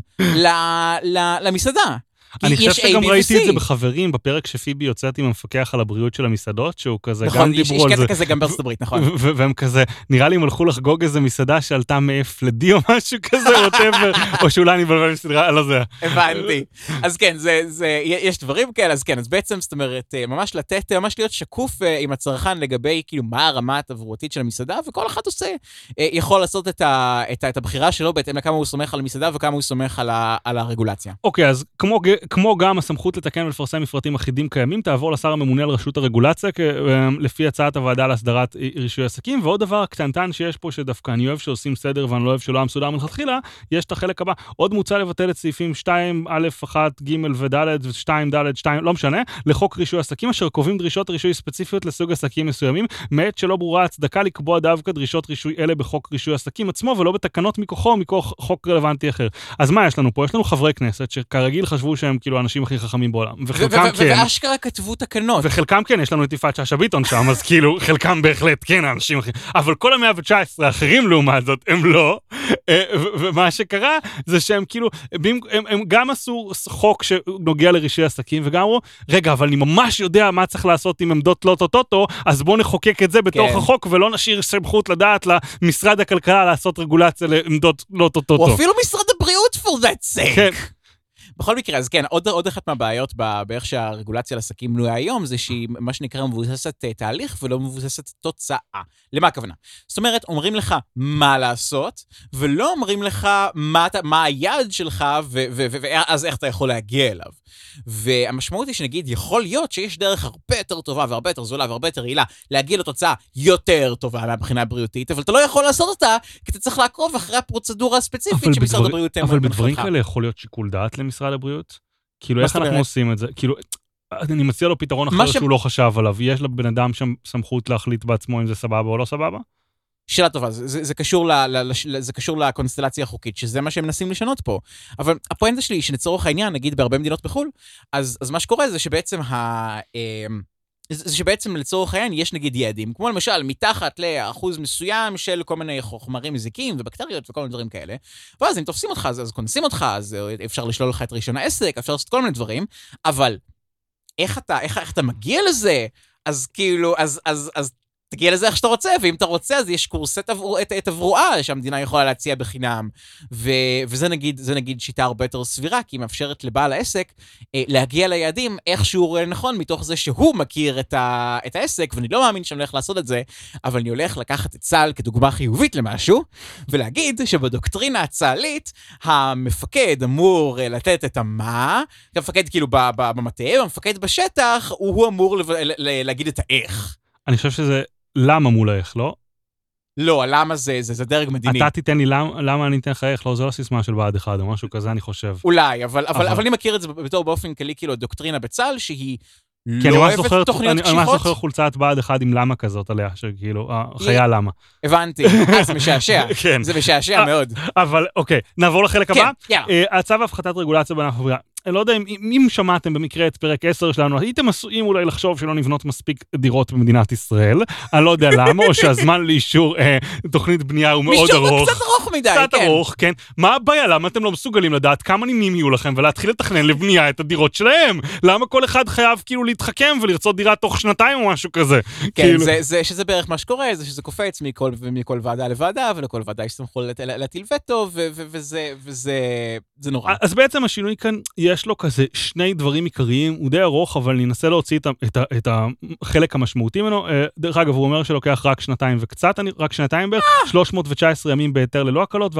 למסעדה. אני חושב שגם ראיתי את זה בחברים, בפרק שפיבי יוצאת עם המפקח על הבריאות של המסעדות, שהוא כזה גם דיברו על זה. יש קטע כזה גם בארצות הברית, נכון. והם כזה, נראה לי הם הלכו לחגוג איזה מסעדה שעלתה מ-F ל-D או משהו כזה, או שאולי אני בלבל מסתדרה על זה. הבנתי. אז כן, יש דברים כאלה, אז כן, אז בעצם, זאת אומרת, ממש להיות שקוף עם הצרכן לגבי, כאילו, מה הרמה התברואתית של המסעדה, וכל אחד יכול לעשות את הבחירה שלו, בהתאם לכמה הוא סומך על המסעדה וכמה הוא סומך על הרגולציה. אוקיי, אז כמו גם הסמכות לתקן ולפרסם מפרטים אחידים קיימים, תעבור לשר הממונה על רשות הרגולציה, לפי הצעת הוועדה להסדרת רישוי עסקים, ועוד דבר קטנטן שיש פה, שדווקא אני אוהב שעושים סדר, ואני לא אוהב שלא המסודר מלכתחילה, יש את החלק הבא, עוד מוצע לבטל את סעיפים 2א1, ג' וד' ו2ד, 2, לא משנה, לחוק רישוי עסקים, אשר קובעים דרישות רישוי ספציפיות לסוג עסקים מסוימים, מעת שלא ברורה הצדקה לקבוע דווקא דרישות רישוי אלה בחוק רישוי עסקים עצמו, ולא בתקנות מכוחו או מכוח חוק רלוונטי אחר. אז מה יש לנו פה? יש לנו חברי כנסת שכרגיל חשבו שהם כאילו האנשים הכי חכמים בעולם. וחלקם כן. ואשכרה כתבו תקנות. וחלקם כן, יש לנו את יפעת שאשא ביטון שם, אז כאילו, חלקם בהחלט כן האנשים הכי... אבל כל ה-119 האחרים לעומת זאת, הם לא. ומה שקרה זה שהם כאילו, הם גם עשו חוק שנוגע לרישוי עסקים, וגם אמרו, רגע, אבל אני ממש יודע מה צריך לעשות עם עמדות לא טוטוטו, אז בואו נחוקק את זה בתוך החוק, ולא נשאיר סמכות לדעת למשרד הכלכלה לעשות רגולציה לעמדות לא טוטוטו. או אפילו משרד הבריאות for that sake. כן. בכל מקרה, אז כן, עוד אחת מהבעיות באיך שהרגולציה לעסקים בנויה היום, זה שהיא מה שנקרא מבוססת תהליך ולא מבוססת תוצאה. למה הכוונה? זאת אומרת, אומרים לך מה לעשות, ולא אומרים לך מה היעד שלך, ואז איך אתה יכול להגיע אליו. והמשמעות היא שנגיד, יכול להיות שיש דרך הרבה יותר טובה והרבה יותר זולה והרבה יותר רעילה, להגיע לתוצאה יותר טובה מהבחינה הבריאותית, אבל אתה לא יכול לעשות אותה, כי אתה צריך לעקוב אחרי הפרוצדורה הספציפית שמשרד הבריאות... אבל בדברים כאלה יכול להיות שיקול דעת למשרד הבריאות? כאילו, איך אנחנו עושים את זה? כאילו, אני מציע לו פתרון אחר שהוא לא חשב עליו. יש לבן אדם שם סמכות להחליט בעצמו אם זה סבבה או לא סבבה? שאלה טובה, זה קשור לקונסטלציה החוקית, שזה מה שהם מנסים לשנות פה. אבל הפואנטה שלי, שנצורך העניין, נגיד בהרבה מדינות בחול, אז מה שקורה זה שבעצם לצורך העניין יש נגיד יעדים, כמו למשל מתחת לאחוז מסוים של כל מיני חומרים מזיקים ובקטריות וכל מיני דברים כאלה, ואז אם תופסים אותך, אז כונסים אותך, אז אפשר לשלול לך את רישיון העסק, אפשר לעשות כל מיני דברים, אבל איך אתה מגיע לזה? אז כאילו, אז תגיע לזה איך שאתה רוצה, ואם אתה רוצה, אז יש קורסי תברואה שהמדינה יכולה להציע בחינם, וזה נגיד שיטה הרבה יותר סבירה, כי היא מאפשרת לבעל העסק להגיע ליעדים איך שהוא רואה נכון, מתוך זה שהוא מכיר את העסק, ואני לא מאמין שאני הולך לעשות את זה, אבל אני הולך לקחת את צה"ל כדוגמה חיובית למשהו, ולהגיד שבדוקטרינה הצה"לית, המפקד אמור לתת את המה, המפקד כאילו במטה, המפקד בשטח, הוא אמור להגיד את האיך. אני חושב שזה למה מול האיך, לא? לא, הלמה זה דרג מדיני. אתה תיתן לי למה אני אתן לך איך, לא, זה לא סיסמה של בעד אחד או משהו כזה, אני חושב. אולי, אבל אני מכיר את זה בתור באופן כללי, כאילו, דוקטרינה בצה"ל, שהיא לא אוהבת תוכניות קשיחות. אני ממש זוכר חולצת בעד אחד עם למה כזאת עליה, שכאילו, החיה למה. הבנתי, זה משעשע. זה משעשע מאוד. אבל, אוקיי, נעבור לחלק הבא. הצו והפחתת רגולציה בענף הבריאות. אני לא יודע אם שמעתם במקרה את פרק 10 שלנו, הייתם עשויים אולי לחשוב שלא נבנות מספיק דירות במדינת ישראל, אני לא יודע למה, או שהזמן לאישור תוכנית בנייה הוא מאוד ארוך. קצת ארוך מדי, כן. קצת ארוך, כן. מה הבעיה? למה אתם לא מסוגלים לדעת כמה נימים יהיו לכם ולהתחיל לתכנן לבנייה את הדירות שלהם? למה כל אחד חייב כאילו להתחכם ולרצות דירה תוך שנתיים או משהו כזה? כן, שזה בערך מה שקורה, זה שזה קופץ מכל ועדה לוועדה, ולכל ועדה יסמכו להטיל וטו, וזה נורא. אז בעצם השינוי כאן, יש לו כזה שני דברים עיקריים, הוא די ארוך, אבל אני אנסה להוציא את החלק המשמעותי ממנו. דרך אגב, הוא אומר שלוקח רק שנתיים וקצת, רק שנתיים בערך, 319 ימים בהיתר ללא הקלות,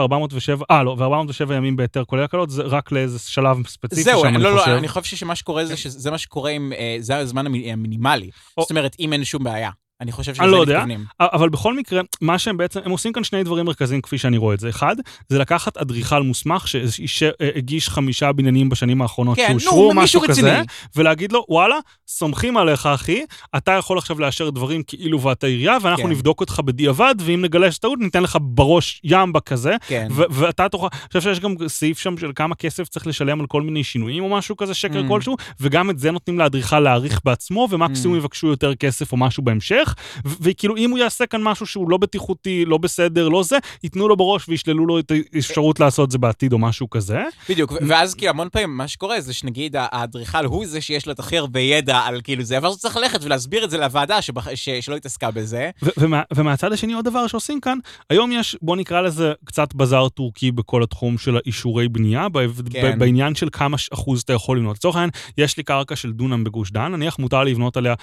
ו407 ימים בהיתר כולל הקלות, זה רק לאיזה שלב ספציפי שם, אני חושב. זהו, אני חושב שמה שקורה זה מה שקורה עם, זה הזמן המינימלי. זאת אומרת, אם אין שום בעיה. אני חושב שזה מתכוונים. אבל בכל מקרה, מה שהם בעצם, הם עושים כאן שני דברים מרכזיים כפי שאני רואה את זה. אחד, זה לקחת אדריכל מוסמך שהגיש 5 בניינים בשנים האחרונות שאושרו, משהו כזה, ולהגיד לו, וואלה, סומכים עליך, אחי, אתה יכול עכשיו לאשר דברים כאילו ואתה עירייה, ואנחנו נבדוק אותך בדיעבד, ואם נגלה שטעות, ניתן לך בראש ימבה כזה, ואתה תוכל, אני חושב שיש גם סעיף שם של כמה כסף צריך לשלם על כל מיני שינויים או משהו כזה, שקר כלשהו, וגם את זה נותנים לאדריכל להעריך בעצמו, ומקסימום יבקשו יותר כסף או משהו בהמשך. וכאילו אם הוא יעשה כאן משהו שהוא לא בטיחותי, לא בסדר, לא זה, ייתנו לו בראש וישללו לו את האפשרות לעשות זה בעתיד או משהו כזה. בדיוק, ואז כאילו המון פעמים מה שקורה זה שנגיד האדריכל הוא זה שיש לו את הכי הרבה ידע על כאילו זה, אבל הוא צריך ללכת ולהסביר את זה לוועדה שלא התעסקה בזה. ומהצד השני עוד דבר שעושים כאן, היום יש, בוא נקרא לזה קצת בזאר טורקי בכל התחום של האישורי בנייה, בעניין של כמה אחוז אתה יכול לבנות. לצורך העניין, יש לי קרקע של דונם בגוש דן, נניח מותר לבנות עליה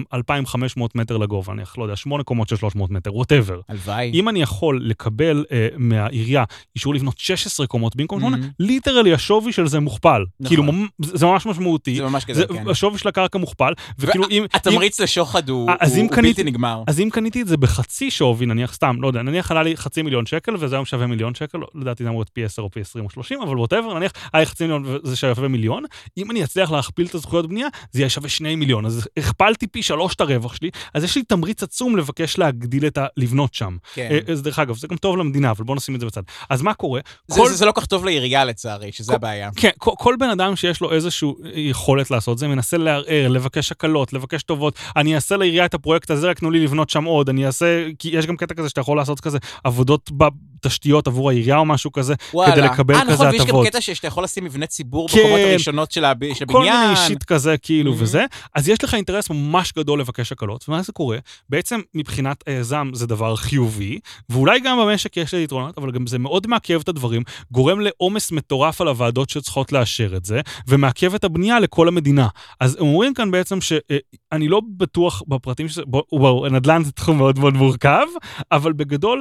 2,500 מטר לגובה, אני לא יודע, 8 קומות של 300 מטר, whatever. הלוואי. אם אני יכול לקבל מהעירייה אישור לבנות 16 קומות במקום 8, ליטרלי השווי של זה מוכפל. כאילו, זה ממש משמעותי. זה ממש כזה, כן. השווי של הקרקע מוכפל, וכאילו אם... התמריץ לשוחד הוא בלתי נגמר. אז אם קניתי את זה בחצי שווי, נניח סתם, לא יודע, נניח עלה לי 500,000 שקל, וזה היום שווה 1,000,000 שקל, לדעתי זה אמור להיות פי 10 או פי 20 או 30, אבל whatever, נניח, היה 500,000 וזה שווה 1,000,000, אם אני אצליח להכפיל את הזכויות בנייה, זה יהיה שווה 2 מיליון. אז הכפלתי פי 3 את הרווח שלי, אז יש לי תמריץ עצום לבקש להגדיל את לבנות שם. כן. אז דרך אגב, זה גם טוב למדינה, אבל בואו נשים את זה בצד. אז מה קורה? זה לא כך טוב לעירייה לצערי, שזה הבעיה. כן, כל בן אדם שיש לו איזושהי יכולת לעשות זה, מנסה לערער, לבקש הקלות, לבקש טובות. אני אעשה לעירייה את הפרויקט הזה, רק תנו לי לבנות שם עוד. אני אעשה, כי יש גם קטע כזה שאתה יכול לעשות כזה עבודות בתשתיות עבור העירייה או משהו כזה, כדי לקבל כזה הטבות. נכון, ויש גם קטע שאתה יכול לשים מבנה ציבור בקומות הראשונות של הבניין. כל מיני אישית כזה, כאילו, וזה. אז יש לך אינטרס ממש גדול לבקש הקלות, ומה זה קורה? בעצם מבחינת היזם זה דבר חיובי, ואולי גם במשק יש יתרונות, אבל גם זה מאוד מעכב את הדברים, גורם לעומס מטורף על הוועדות שצריכות לאשר את זה, ומעכב את הבנייה לכל המדינה. אז הם אומרים כאן בעצם שאני לא בטוח בפרטים שזה, נדל"ן זה תחום מאוד מאוד מורכב, אבל בגדול,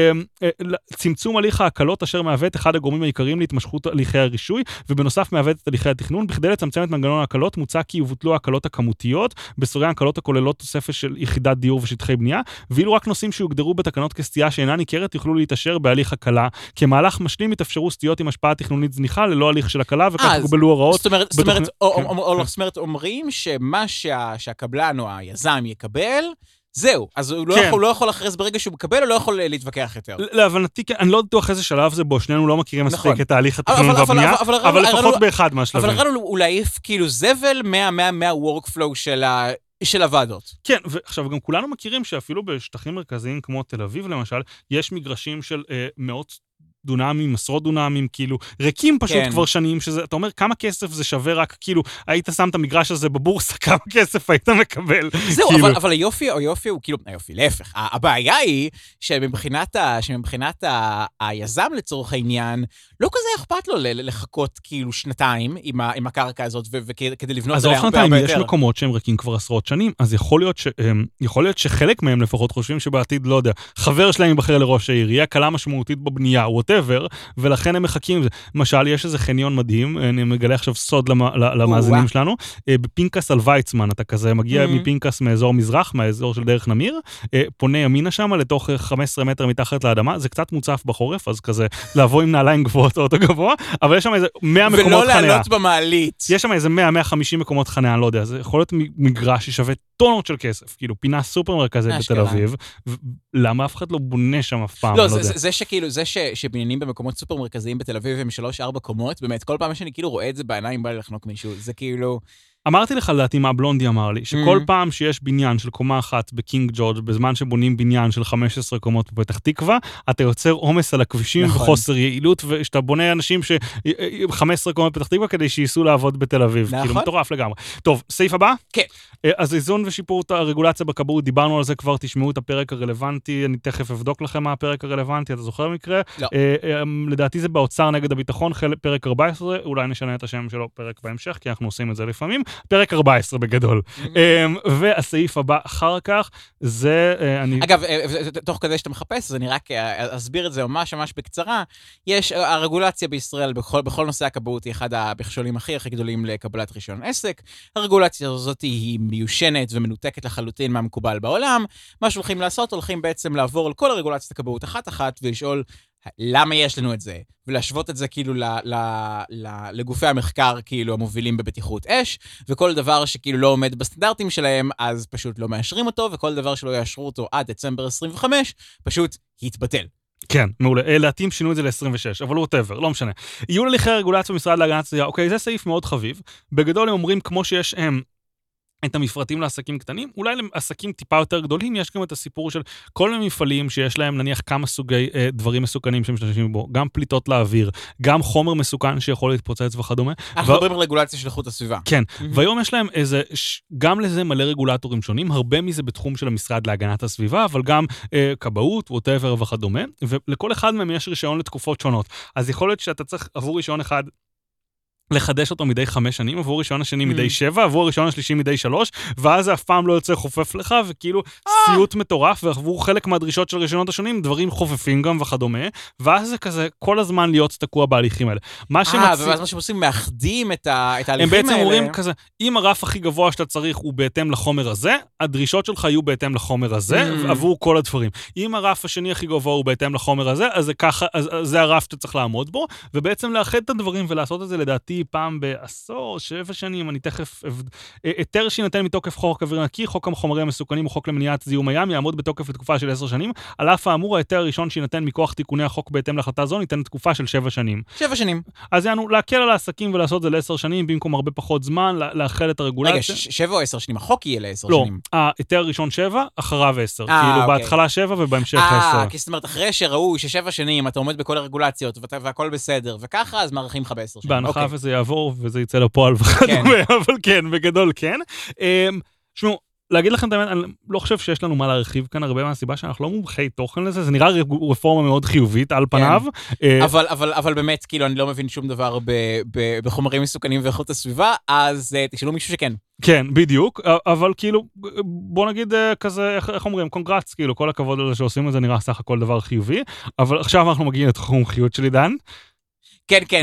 צמצום הליך ההקלות אשר מהווה את אחד הגורמים העיקריים להתמשכות הליכי הרישוי, ובנוסף מהווה את הליכי התכנון, בכדי לצמצם את מנגנון ההקלות, מוצע כי יבוטלו ההקלות הכמותיות, בסוגריים ההקלות הכוללות תוספת של יחידת דיור ושטחי בנייה, ואילו רק נושאים שיוגדרו בתקנות כסטייה שאינה ניכרת יוכלו להתאשר בהליך הקלה, כמהלך משלים יתאפשרו סטיות עם השפעה תכנונית זניחה ללא הליך של הקלה, וכך יוגבלו הוראות. זאת אומרת, אומרים שמה שהקבלן או היזם יקבל, זהו, אז הוא לא יכול אחרי זה ברגע שהוא מקבל, הוא לא יכול להתווכח יותר. להבנתי, אני לא בטוח איזה שלב זה בו, שנינו לא מכירים מספיק את תהליך התכנון והבנייה, אבל לפחות באחד מהשלבים. אבל ראינו אולי כאילו זבל מה-workflow של הוועדות. כן, ועכשיו גם כולנו מכירים שאפילו בשטחים מרכזיים כמו תל אביב למשל, יש מגרשים של מאות דונמים, עשרות דונמים, כאילו, ריקים פשוט כבר שנים, שזה, אתה אומר, כמה כסף זה שווה רק, כאילו, היית שם את המגרש הזה בבורסה, כמה כסף היית מקבל. זהו, אבל היופי הוא, כאילו, היופי, להפך. הבעיה היא שמבחינת היזם לצורך העניין, לא כזה אכפת לו לחכות כאילו שנתיים עם הקרקע הזאת, וכדי לבנות אז הרבה יותר. יש מקומות שהם ריקים כבר עשרות שנים, אז יכול להיות שחלק מהם לפחות חושבים שבעתיד, לא יודע, חבר שלהם יבחר לראש העיר, יהיה הקלה משמעותית בבנייה, whatever, ולכן הם מחכים. למשל, יש איזה חניון מדהים, אני מגלה עכשיו סוד למאזינים שלנו, בפינקס על ויצמן, אתה כזה מגיע מפינקס מאזור מזרח, מהאזור של דרך נמיר, פונה ימינה שם לתוך 15 מטר מתחת לאדמה, זה קצת מוצף בחורף, אז כזה לעבור עם נעליים גבוהות או אותו גבוה, אבל יש שם איזה 100 מקומות חניה. ולא לעלות במעלית. יש שם איזה 100-150 מקומות חניה, אני לא יודע, זה יכול להיות מגרש ששווה טונות של כסף, כאילו פינה סופר מרכזית בתל אביב, למה אף אחד לא בונה שם אף פעם? לא, זה שכאילו, זה שבניינים במקומות סופר מרכזיים בתל אביב הם 3-4 קומות, באמת, כל פעם שאני כאילו רואה את זה בעיניים בא לי לחנוק מישהו, זה כאילו, אמרתי לך לדעתי מה בלונדי אמר לי, שכל פעם שיש בניין של קומה אחת בקינג ג'ורג' בזמן שבונים בניין של 15 קומות בפתח תקווה, אתה יוצר עומס על הכבישים וחוסר יעילות, ושאתה בונה אנשים 15 קומות בפתח תקווה כדי שייסעו לעבוד בתל אביב. כאילו מטורף לגמרי. טוב, סעיף הבא? כן. אז איזון ושיפור הרגולציה בכבאות, דיברנו על זה כבר, תשמעו את הפרק הרלוונטי, אני תכף אבדוק לכם מה הפרק הרלוונטי, אתה זוכר מקרה? לא. לדעתי זה באוצר נגד הביטחון, פרק 14, אולי נשנה את השם שלו פרק בהמשך, כי אנחנו עושים את זה לפעמים. פרק 14 בגדול. והסעיף הבא אחר כך, זה... אגב, תוך כדי שאתה מחפש, אז אני רק אסביר את זה ממש בקצרה. יש, הרגולציה בישראל, בכל נושא הכבאות, היא אחד המכשולים הכי גדולים לקבלת רישיון עסק. הרגולציה הזאת היא מיושנת ומנותקת לחלוטין מהמקובל בעולם. מה שהולכים לעשות, הולכים בעצם לעבור על כל הרגולציית הכבאות אחת ולשאול למה יש לנו את זה, ולהשוות את זה כאילו לגופי המחקר כאילו המובילים בבטיחות אש, וכל דבר שכאילו לא עומד בסטנדרטים שלהם, אז פשוט לא מאשרים אותו, וכל דבר שלא יאשרו אותו עד דצמבר 25, פשוט יתבטל. כן, מעולה. להתאים שינו את זה ל-26, אבל whatever, לא משנה. יהיו להליכי רגולציה במשרד להגנת הסביבה, אוקיי, זה סעיף מאוד חביב. בגדול הם אומרים, כמו שיש את המפרטים לעסקים קטנים, אולי לעסקים טיפה יותר גדולים, יש גם את הסיפור של כל מיני מפעלים שיש להם נניח כמה סוגי דברים מסוכנים שמשתמשים בו, גם פליטות לאוויר, גם חומר מסוכן שיכול להתפוצץ וכדומה. אנחנו מדברים על רגולציה של איכות הסביבה. כן, והיום יש להם איזה, גם לזה מלא רגולטורים שונים, הרבה מזה בתחום של המשרד להגנת הסביבה, אבל גם כבאות, whatever וכדומה, ולכל אחד מהם יש רישיון לתקופות שונות. אז יכול להיות שאתה צריך עבור רישיון אחד לחדש אותו מדי 5 שנים, עבור הראשון השני מדי 7, עבור הראשון השלישי מדי 3, ואז זה אף פעם לא יוצא חופף לך, וכאילו סיוט מטורף, ועבור חלק מהדרישות של ראשונות השונים, דברים חופפים גם וכדומה, ואז זה כזה כל הזמן להיות תקוע בהליכים האלה. ואז מה שעושים, מאחדים את ההליכים האלה. הם בעצם אומרים כזה, אם הרף הכי גבוה שאתה צריך הוא בהתאם לחומר הזה, הדרישות שלך יהיו בהתאם לחומר הזה, עבור כל הדברים. אם הרף השני הכי גבוה הוא בהתאם לחומר הזה, אז זה הרף שאתה צריך לעמוד בו, ובעצם לאחד את הדברים ולעשות את זה לדעתי פעם בעשור, 7 שנים, אני תכף... היתר שינתן מתוקף חוק אוויר נקי, חוק החומרים המסוכנים או חוק למניעת זיהום הים, יעמוד בתוקף לתקופה של 10 שנים. על אף האמור, ההיתר הראשון שינתן מכוח תיקוני החוק בהתאם להחלטה זו, ניתן לתקופה של 7 שנים. 7 שנים. אז יענו, להקל על העסקים ולעשות זה ל10 שנים, במקום הרבה פחות זמן, לאחל את הרגולציה. רגע, 7 או 10 שנים? החוק יהיה ל10 לא, שנים. ההיתר הראשון 7, אחריו 10. כאילו, בהתחלה 7 ובהמשך 10. כי זאת אומרת, אחרי שראו ש7 שנים אתה עומד בכל הרגולציות והכל בסדר, וככה, אז מערכים לך ב10 שנים. בהנחה וזה יעבור וזה יצא לפועל וכדומה, אבל כן, בגדול כן. שמו, להגיד לכם את האמת, אני לא חושב שיש לנו מה להרחיב כאן הרבה מהסיבה שאנחנו לא מומחי תוכן לזה, זה נראה רפורמה מאוד חיובית על פניו. אבל באמת, כאילו, אני לא מבין שום דבר בחומרים מסוכנים ואיכות הסביבה, אז תשאלו מישהו שכן. כן, בדיוק, אבל כאילו, בוא נגיד כזה, איך אומרים, קונגרץ, כאילו, כל הכבוד לזה שעושים את זה נראה סך הכל דבר חיובי, אבל עכשיו אנחנו מגיעים לתחום המומחיות שלי, דן. כן, כן.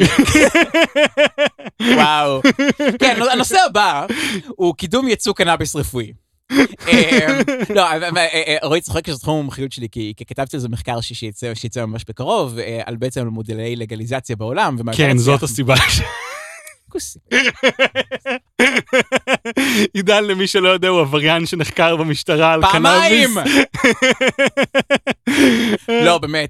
וואו. כן, הנושא הבא הוא קידום ייצוא קנאביס רפואי. לא, רואי צוחק שזה תחום המומחיות שלי, כי כתבתי על זה מחקר שיצא ממש בקרוב, על בעצם מודלי לגליזציה בעולם. כן, זאת הסיבה. כוסי. עידן, למי שלא יודע, הוא עבריין שנחקר במשטרה על קנאביס. פעמיים! לא, באמת,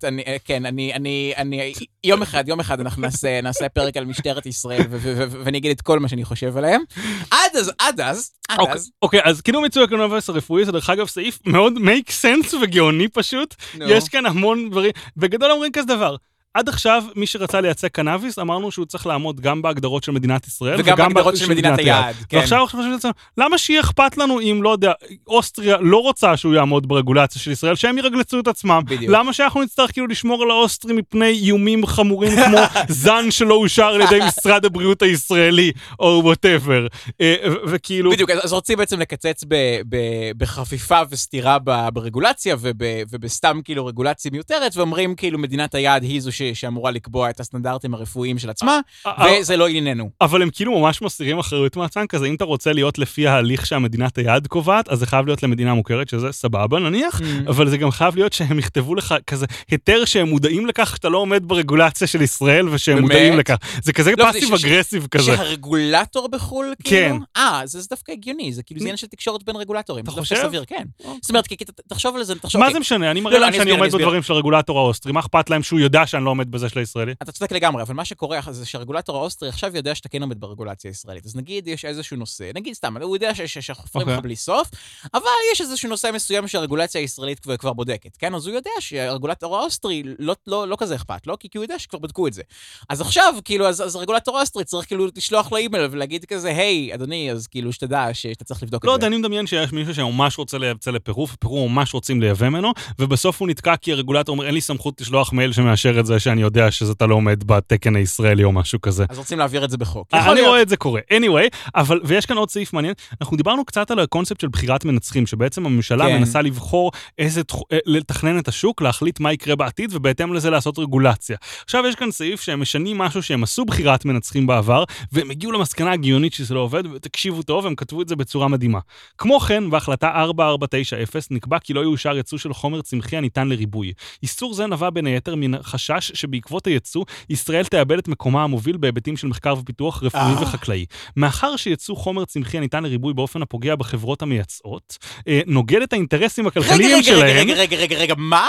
יום אחד אנחנו נעשה פרק על משטרת ישראל, ואני אגיד את כל מה שאני חושב עליהם. עד אז. אוקיי, אז קידום ייצוא הקנאביס הרפואי, זה דרך אגב סעיף מאוד make sense וגאוני פשוט. יש כאן המון דברים, בגדול אומרים כזה דבר. עד עכשיו, מי שרצה לייצא קנאביס, אמרנו שהוא צריך לעמוד גם בהגדרות של מדינת ישראל, וגם בהגדרות של מדינת היעד. ועכשיו אנחנו חושבים לעצמנו, למה שיהיה אכפת לנו אם, לא יודע, אוסטריה לא רוצה שהוא יעמוד ברגולציה של ישראל, שהם ירגלצו את עצמם? למה שאנחנו נצטרך כאילו לשמור על האוסטרים מפני איומים חמורים כמו זן שלא אושר על ידי משרד הבריאות הישראלי, או whatever. וכאילו... בדיוק, אז רוצים בעצם לקצץ בחפיפה וסתירה ברגולציה, ובסתם כאילו רגולציה מיותרת, ואומרים כאילו מדינת היעד היא זו שאמורה לקבוע את הסטנדרטים הרפואיים של עצמה, וזה לא ענייננו. אבל הם כאילו ממש מסירים אחריות מעצמם, כזה אם אתה רוצה להיות לפי ההליך שהמדינת היעד קובעת, אז זה חייב להיות למדינה מוכרת, שזה סבבה נניח, אבל זה גם חייב להיות שהם יכתבו לך כזה היתר שהם מודעים לכך שאתה לא עומד ברגולציה של ישראל, ושהם מודעים לכך. זה כזה פאסיב אגרסיב כזה. שהרגולטור בחול, כאילו? זה דווקא הגיוני, זה כאילו עניין של תקשורת בין רגולטורים. אתה חושב? סביר, כן. זאת אומרת, תחשוב על זה, מה זה משנה? אני מראה להם שאני עומד בדברים של הרגולטור האוסטרי, מה אכפת להם שהוא יודע שאני לא עומד בזה של הישראלי? אתה צודק לגמרי, אבל מה שקורה זה שהרגולטור האוסטרי עכשיו יודע שאתה כן עומד ברגולציה הישראלית. אז נגיד יש איזשהו נושא, נגיד סתם, הוא יודע שחופרים לך בלי סוף, אבל יש איזשהו נושא מסוים שהרגולציה הישראלית כבר בודקת, כן? אז הוא יודע שהרגולטור האוסטרי לא כזה אכפת, לא? כי הוא יודע שכבר בדקו את זה. אז עכשיו, כאילו, אז הרגולטור האוסטרי צריך כאילו לשלוח לו אימייל ולהגיד כזה, היי, אדוני, אז כאילו שתדע שאתה צריך לבדוק את זה. לא יודע, אני מדמיין שיש מישהו שממש רוצה לייצא לפרו, ופרו ממש רוצים לייבא ממנו, ובסוף הוא נתקע כי הרגולטור אומר, אין לי סמכות לשלוח מייל שמאשר את זה שאני יודע שאתה לא עומד בתקן הישראלי או משהו כזה. אז רוצים להעביר את זה בחוק. אני רואה את זה קורה. anyway, אבל, ויש כאן עוד סעיף מעניין, אנחנו דיברנו קצת על הקונספט של בחירת מנצחים, שבעצם הממשלה מנסה לבחור לתכנן את השוק, להחליט מה יקרה בעתיד, ובהתאם לזה לעשות רגולציה. עכשיו יש כאן סעיף שהם משנים משהו שהם עשו בחירת מנצחים בעבר, והם הגיעו למסקנה הגיונית שזה לא עובד, ותקשיבו טוב, הם כתבו את זה בצורה מדהימה. כמו כן, בהחלטה 4490 נקבע כי לא יאושר ייצוא של חומר צמחי הניתן לריבוי. איסור זה נבע בין היתר מן חשש שבעקבות הייצוא, ישראל תאבד את מקומה המוביל בהיבטים של מחקר ופיתוח רפואי וחקלאי. מאחר שייצוא חומר צמחי הניתן לריבוי באופן הפוגע בחברות המייצאות, נוגד את האינטרסים הכלכליים שלהם. רגע, מה?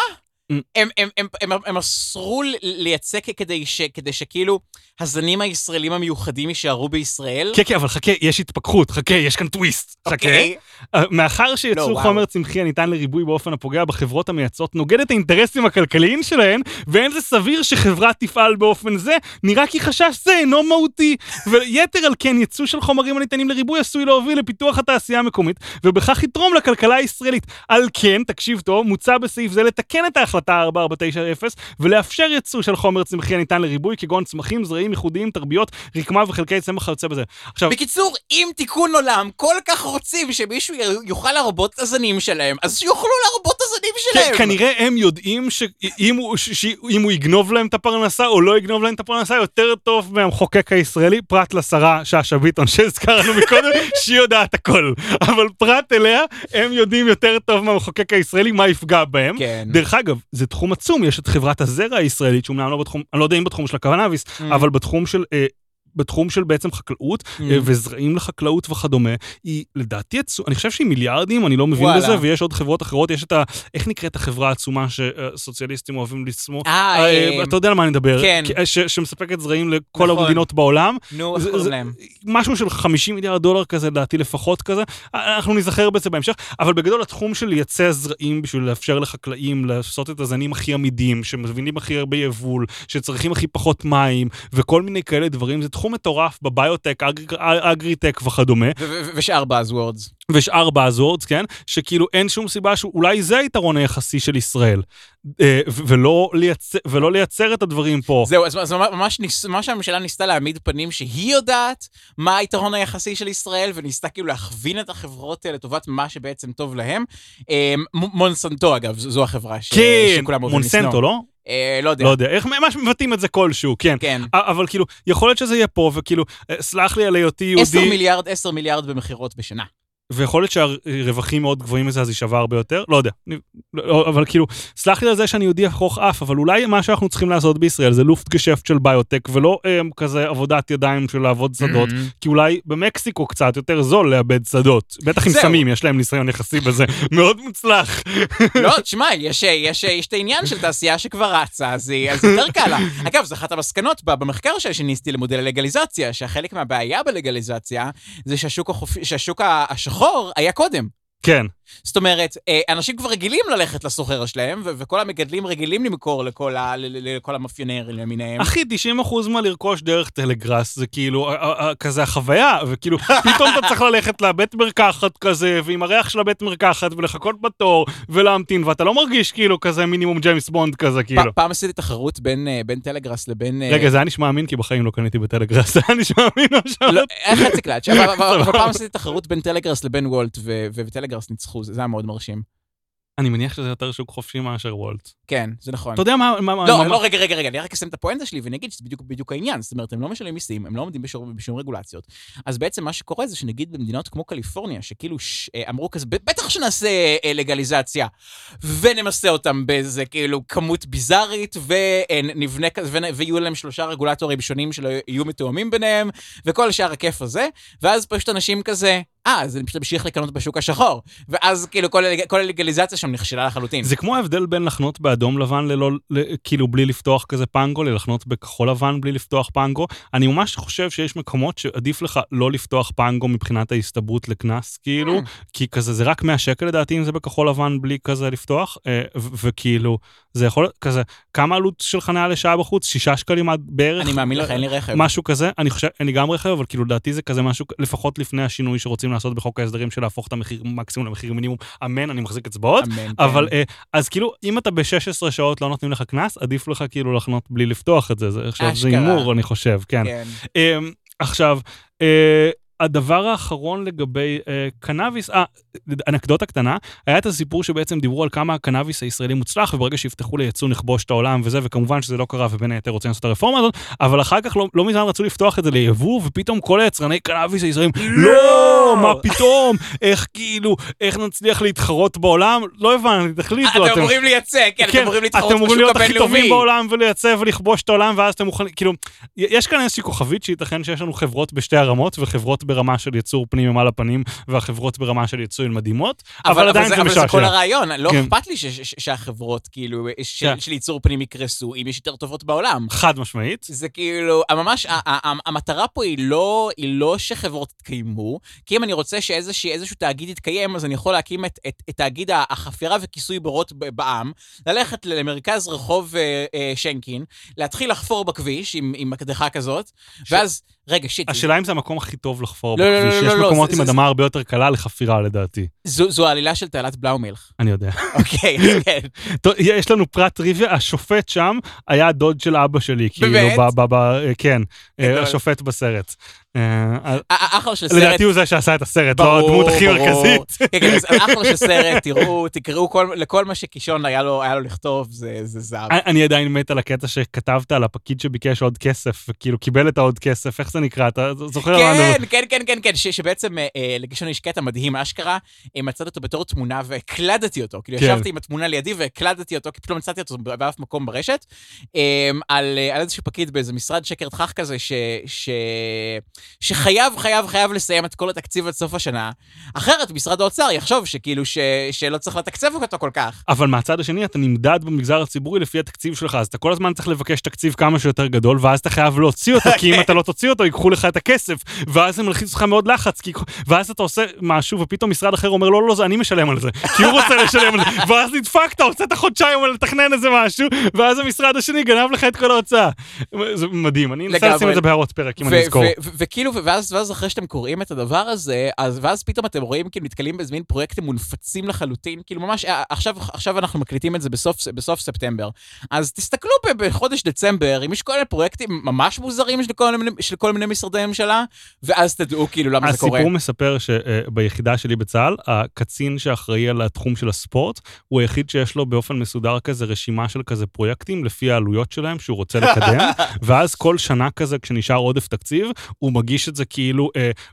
הם אסרו לייצא כדי שכאילו הזנים הישראלים המיוחדים יישארו בישראל? כן, אבל חכה, יש התפכחות, חכה, יש כאן טוויסט, חכה. מאחר שיצור חומר צמחי הניתן לריבוי באופן הפוגע בחברות המייצאות, נוגד את האינטרסים הכלכליים שלהן, ואין זה סביר שחברה תפעל באופן זה, נראה כי חשש זה אינו מהותי. ויתר על כן, ייצוא של חומרים הניתנים לריבוי עשוי להוביל לפיתוח התעשייה המקומית, ובכך יתרום לכלכלה הישראלית. על כן, תקשיב טוב, מוצע בסעיף זה לתקן את ההחלטה 4490 ולאפשר ייצוא של חומר צמחי הניתן לריבוי, כגון צמחים, זרעים ייחודיים, תרביות, רקמה וחלקי צמח יוצא בזה. עכשיו, בקיצור, אם תיקון עולם כל כך רוצים שמישהו יוכל להרבות את הזנים שלהם, אז שיוכלו להרבות את הזנים שלהם. כנראה הם יודעים שאם הוא יגנוב להם את הפרנסה או לא יגנוב להם את הפרנסה, יותר טוב מהמחוקק הישראלי, פרט לשרה שאשא ביטון שהזכרנו מקודם, שהיא יודעת הכל. אבל פרט אליה, הם יודעים יותר טוב מהמחוקק הישראלי מה יפגע בהם. כן. דרך אגב, זה תחום עצום, יש את חברת הזרע הישראלית, שאומנם לא בתחום, אני לא יודע אם בתחום של הקנאביס, אבל בתחום של בעצם חקלאות, וזרעים לחקלאות וכדומה, היא לדעתי, אני חושב שהיא מיליארדים, אני לא מבין בזה, ויש עוד חברות אחרות, יש את איך נקראת החברה העצומה שסוציאליסטים אוהבים לסמו? אתה יודע על מה אני מדבר? כן. שמספקת זרעים לכל המדינות בעולם. נו, איך קוראים להם? משהו של 50 מיליארד דולר כזה, לדעתי לפחות כזה, אנחנו נזכר בזה בהמשך, אבל בגדול התחום של לייצא זרעים בשביל לאפשר לחקלאים לעשות את הזנים הכי עמידים, שמבינים הכי הרבה יבול, שצריכים הכי פחות מים, וכל מיני כאלה דברים, זה תחום מטורף בביוטק, אגריטק וכדומה. ושאר באזוורדס. ושאר באזוורדס, כן? שכאילו אין שום סיבה שאולי זה היתרון היחסי של ישראל. ולא לייצר את הדברים פה. זהו, אז ממש הממשלה ניסתה להעמיד פנים שהיא יודעת מה היתרון היחסי של ישראל, וניסתה כאילו להכווין את החברות לטובת מה שבעצם טוב להם. מונסנטו, אגב, זו החברה שכולם אוהבים לסנוע. מונסנטו, לא? לא יודע. לא יודע, איך ממש מבטאים את זה כלשהו, כן. כן. אבל כאילו, יכול להיות שזה יהיה פה, וכאילו, סלח לי על היותי יהודי. 10 מיליארד במחירות בשנה. ויכול להיות שהרווחים מאוד גבוהים מזה, אז יישווה הרבה יותר, לא יודע. אבל כאילו, סלח לי על זה שאני יהודי אכרוך אף, אבל אולי מה שאנחנו צריכים לעשות בישראל זה לופט גשפט של ביוטק, ולא כזה עבודת ידיים של לעבוד שדות, כי אולי במקסיקו קצת יותר זול לאבד שדות. בטח עם סמים, יש להם ניסיון יחסי בזה, מאוד מוצלח. לא, תשמע, יש את העניין של תעשייה שכבר רצה, אז יותר קל לה. אגב, זו אחת המסקנות במחקר שניסיתי למודל הלגליזציה, שהחלק מהבעיה בלגליזציה זה שהשוק השחור היה קודם. כן. זאת אומרת, אנשים כבר רגילים ללכת לסוחר שלהם, וכל המגדלים רגילים למכור לכל המאפיונרים למיניהם. אחי, 90% מה לרכוש דרך טלגראס, זה כאילו, כזה החוויה, וכאילו, פתאום אתה צריך ללכת לבית מרקחת כזה, ועם הריח של הבית מרקחת, ולחכות בתור, ולהמתין, ואתה לא מרגיש כאילו כזה מינימום ג'יימס בונד כזה, כאילו. פעם עשיתי תחרות בין טלגראס לבין... רגע, זה היה נשמע אמין, כי בחיים לא קניתי בטלגראס, זה היה נשמע אמין עכשיו. לא, איך חצי קלאץ', אבל פעם עשיתי תחרות בין טלגראס לבין וולט, וטלגראס ניצחו, זה היה מאוד מרשים. אני מניח שזה יותר שוק חופשי מאשר וולט. כן, זה נכון. אתה יודע מה... לא, רגע, אני רק אסיים את הפואנטה שלי ונגיד שזה בדיוק העניין. זאת אומרת, הם לא משלמים מיסים, הם לא עומדים בשום רגולציות. אז בעצם מה שקורה זה שנגיד במדינות כמו קליפורניה, שכאילו אמרו כזה, בטח שנעשה לגליזציה, ונמסה אותם באיזה כאילו כמות ביזארית, ונבנה כזה, ויהיו להם 3 רגולטורים שונים שלא יהיו מתואמים ביניהם, וכל השאר הכיף הזה, ואז פשוט אנשים כזה, אז אני פשוט המשיך לקנות בשוק השחור. ואז כאילו כל הלגליזציה שם נכשלה לחלוטין. זה כמו ההבדל בין לחנות באדום לבן כאילו בלי לפתוח כזה פנגו, ללחנות בכחול לבן בלי לפתוח פנגו. אני ממש חושב שיש מקומות שעדיף לך לא לפתוח פנגו מבחינת ההסתברות לכנס, כאילו, כי כזה זה רק 100 שקל לדעתי אם זה בכחול לבן בלי כזה לפתוח, וכאילו, זה יכול כזה, כמה עלות של חניה לשעה בחוץ? 6 שקלים עד בערך? אני מאמין לך, אין לי רכב. משהו כזה, אני חושב, אין לי גם רכב, אבל כאילו לדעתי זה כזה משהו, לפחות לפני השינוי שרוצים לעשות בחוק ההסדרים של להפוך את המחיר מקסימום למחיר מינימום, אמן, אני מחזיק אצבעות, אבל אז כאילו, אם אתה ב-16 שעות לא נותנים לך כנס, עדיף לך כאילו לחנות בלי לפתוח את זה, זה אימור, אני חושב, כן. עכשיו, הדבר האחרון לגבי קנאביס, אנקדוטה קטנה, היה את הסיפור שבעצם דיברו על כמה הקנאביס הישראלי מוצלח, וברגע שיפתחו לייצוא נכבוש את העולם וזה, וכמובן שזה לא קרה, ובין היתר רוצים לעשות את הרפורמה הזאת, אבל אחר כך לא מזמן רצו לפתוח את זה ליבוא, ופתאום כל היצרני קנאביס הישראלים, לא, מה פתאום, איך נצליח להתחרות בעולם? לא הבנתי, תחליטו. אתם אמורים לייצא, כן, אתם אמורים להתחרות בשוק הבינלאומי. אתם אמורים להיות הכי טובים בעולם ולייצא ולכבוש את העולם, ואז אתם מוכנים, כאילו, יש כאן איזושהי כוכבית שייתכן שיש לנו חברות בשתי הרמות, וחברות ברמה של ייצור פנים על הפנים, והחברות ברמה של ייצור מדהימות, אבל עדיין זה משעשע. אבל זה כל הרעיון, לא אכפת לי שהחברות, כאילו, של ייצור פנים יקרסו, אם יש יותר טובות בעולם. חד משמעית. זה כאילו, ממש, המטרה פה היא לא שחברות יתקיימו, כי אם אני רוצה שאיזשהו תאגיד יתקיים, אז אני יכול להקים את תאגיד החפירה וכיסוי בורות בעם, ללכת למרכז רחוב שנקין, להתחיל לחפור בכביש עם הקדחה כזאת, ואז רגע, שיט. השאלה אם זה המקום הכי טוב לחפור בכביש. יש מקומות עם אדמה הרבה יותר קלה לחפירה, לדעתי. זו העלילה של תעלת בלאומילך. אני יודע. אוקיי, כן. יש לנו פרט טריוויה, השופט שם היה הדוד של אבא שלי, כאילו, כן, השופט בסרת. אחלה של סרט. לדעתי הוא זה שעשה את הסרט, לא הדמות הכי מרכזית. אחלה של סרט, תקראו לכל מה שקישון היה לו לכתוב, זה זהב. אני עדיין מת על הקטע שכתבת על הפקיד שביקש עוד כסף, וכאילו קיבל את העוד כסף, איך זה נקרא? אתה זוכר? כן, שבעצם לקישון יש קטע מדהים, אשכרה, מצאתי אותו בתור תמונה והקלדתי אותו, כאילו ישבתי עם התמונה לידי והקלדתי אותו, כי פתאום מצאתי אותו באף מקום ברשת, על איזשהו פקיד באיזה משרד שקר תכך כזה, שחייב לסיים את כל התקציב עד סוף השנה, אחרת משרד האוצר יחשוב שכאילו שלא צריך לתקצב אותו כל כך. אבל מהצד השני אתה נמדד במגזר הציבורי לפי התקציב שלך, אז אתה כל הזמן צריך לבקש תקציב כמה שיותר גדול, ואז אתה חייב להוציא אותו, כי אם אתה לא תוציא אותו, ייקחו לך את הכסף, ואז הם מלחיץ לך מאוד לחץ, ואז אתה עושה משהו, ופתאום משרד אחר אומר, לא, זה אני משלם על זה, כי הוא רוצה לשלם על זה, ואז נדפקת, הוצאת חודשיים על לתכנן איזה משהו, ואז המשרד השני גנב לך את כל ההוצאה. זה מדהים, אני אנסה לשים את זה בהערות פרק, אם אני אזכור. וכאילו, ואז אחרי שאתם קוראים את הדבר הזה, ואז פתאום אתם רואים, כאילו, נתקלים בזמין פרויקטים מונפצים לחלוטין, כאילו, ממש, עכשיו אנחנו מקליטים את זה בסוף ספטמבר. אז תסתכלו בחודש דצמבר, אם יש כל מיני פרויקטים ממש מוזרים של כל מיני משרדי ממשלה, ואז תדעו כאילו למה זה קורה. הסיפור מספר שביחידה שלי בצה"ל, הקצין שאחראי על התחום של הספורט, הוא היחיד שיש לו באופן מסודר כזה רשימה של כזה פרויקטים, לפי העלויות שלהם שהוא רוצה לקדם, ואז כל שנה כזה, כשנשאר עודף תקציב, הוא מגיש את זה כאילו,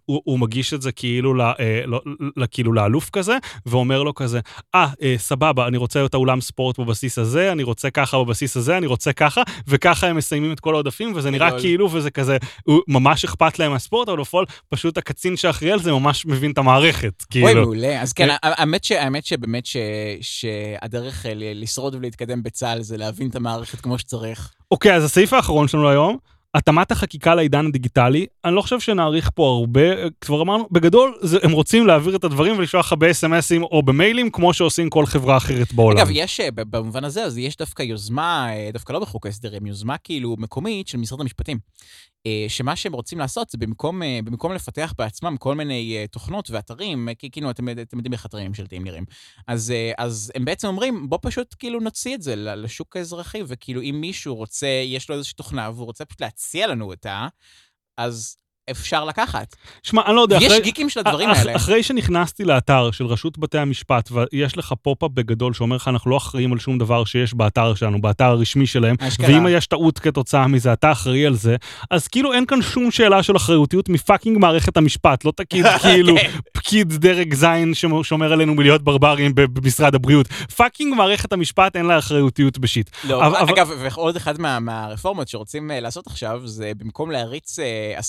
כאילו לאלוף כזה, ואומר לו כזה, סבבה, אני רוצה את האולם ספורט בבסיס הזה, אני רוצה ככה בבסיס הזה, אני רוצה ככה, וככה הם מסיימים את כל העודפים, וזה נראה כאילו, וזה כזה, הוא ממש אכפת להם מהספורט, אבל בפועל, פשוט הקצין שאחראי על זה ממש מבין את המערכת, כאילו. אוי, מעולה. אז כן, האמת שבאמת שהדרך לשרוד ולהתקדם בצה"ל זה להבין את המערכת כמו שצריך. אוקיי, אז הסעיף האחרון שלנו היום, התאמת החקיקה לעידן הדיגיטלי, אני לא חושב שנעריך פה הרבה, כבר אמרנו, בגדול, הם רוצים להעביר את הדברים ולשלוח לך ב-SMSים או במיילים, כמו שעושים כל חברה אחרת בעולם. אגב, יש, במובן הזה, אז יש דווקא יוזמה, דווקא לא בחוק ההסדרים, יוזמה כאילו מקומית של משרד המשפטים, שמה שהם רוצים לעשות זה במקום לפתח בעצמם כל מיני תוכנות ואתרים, כי כאילו אתם יודעים איך אתרים ממשלתיים נראים. אז הם בעצם אומרים, בוא פשוט כאילו נוציא את זה לשוק האזרחי, וכאילו אם מישהו רוצה, יש לו איזושהי תוכנה, והוא רוצה פשוט להציע לנו אותה, אז אפשר לקחת. שמע, אני לא יודע. יש גיקים של הדברים האלה. אחרי שנכנסתי לאתר של רשות בתי המשפט, ויש לך פופ-אפ בגדול שאומר לך, אנחנו לא אחראים על שום דבר שיש באתר שלנו, באתר הרשמי שלהם, ואם יש טעות כתוצאה מזה, אתה אחראי על זה, אז כאילו אין כאן שום שאלה של אחריותיות מפאקינג מערכת המשפט, לא תגיד כאילו פקיד דרג זין שומר עלינו מלהיות ברברים במשרד הבריאות. פאקינג מערכת המשפט אין לה אחריותיות בשיט. אגב, ועוד אחד מהרפורמות שרוצים לעשות עכשיו, זה במקום להריץ אסירים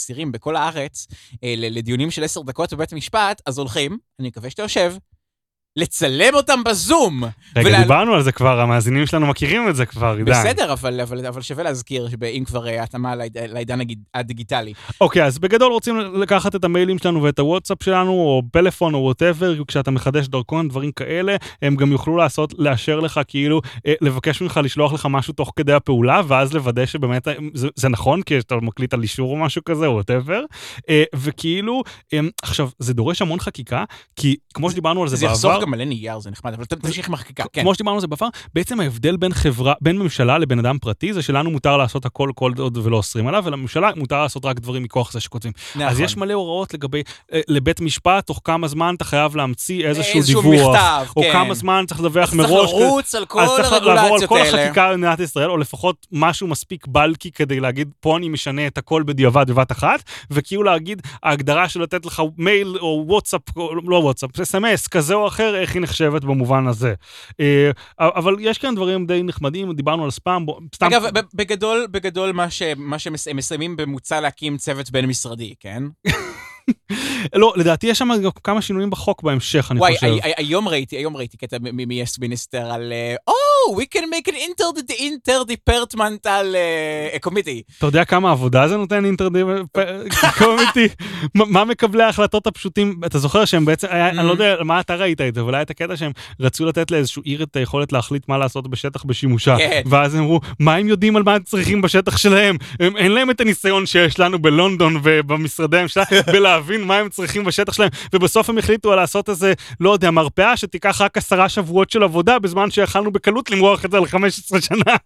בכל הארץ, לדיונים של 10 דקות בבית המשפט, אז הולכים, אני מקווה שאתה יושב, לצלם אותם בזום. רגע, דיברנו על זה כבר, המאזינים שלנו מכירים את זה כבר, עידן. בסדר, אבל שווה להזכיר, אם כבר התאמה לעידן הדיגיטלי. אוקיי, אז בגדול רוצים לקחת את המיילים שלנו ואת הוואטסאפ שלנו, או פלאפון, או whatever, כשאתה מחדש דרכון, דברים כאלה, הם גם יוכלו לאשר לך, כאילו, לבקש ממך לשלוח לך משהו תוך כדי הפעולה, ואז לוודא שבאמת זה נכון, כי אתה מקליט על אישור או משהו כזה, או whatever, וכאילו, עכשיו, זה דורש המון חקיקה, כי כמו שדיברנו על זה בעבר, גם מלא נייר, זה נחמד, אבל תמשיך עם החקיקה, כן. כמו שדיברנו על זה בעבר, בעצם ההבדל בין ממשלה לבן אדם פרטי, זה שלנו מותר לעשות הכל כל עוד ולא אוסרים עליו, ולממשלה מותר לעשות רק דברים מכוח זה שכותבים. אז יש מלא הוראות לגבי, לבית משפט, תוך כמה זמן אתה חייב להמציא איזשהו דיווח, או כמה זמן צריך לדווח מראש. צריך לרוץ על כל הרגולציות האלה. לעבור על כל החקיקה במדינת ישראל, או לפחות משהו מספיק בלקי כדי להגיד, פה אני משנה את הכל בדיעבד בבת אחת, וכאילו להגיד, ההגדרה של לתת לך מייל או וואטסאפ, לא וואטסאפ, SMS כזה או אחר, איך היא נחשבת במובן הזה. אבל יש כאן דברים די נחמדים, דיברנו על ספאם. אגב, בגדול מה שמסיימים במוצע להקים צוות בין משרדי, כן? לא, לדעתי יש שם כמה שינויים בחוק בהמשך, אני חושב. וואי, היום ראיתי קטע מ-yes minister על we can make an interdepartmental committee. אתה יודע כמה עבודה זה נותן committee? מה מקבלי ההחלטות הפשוטים? אתה זוכר שהם בעצם, אני לא יודע מה אתה ראית את זה, אבל היה את הקטע שהם רצו לתת לאיזשהו עיר את היכולת להחליט מה לעשות בשטח בשימושה, ואז הם אמרו, מה הם יודעים על מה הם צריכים בשטח שלהם? אין להם את הניסיון שיש לנו בלונדון ובמשרדי הממשלה, להבין מה הם צריכים בשטח שלהם, ובסוף הם החליטו על לעשות איזה, לא יודע, מרפאה שתיקח רק 10 שבועות של עבודה, בזמן שיכלנו בקלות למרוח את זה על 15 שנה.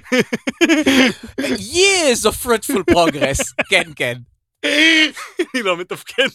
Years of fruitful progress. כן, כן. אני לא מתפקד.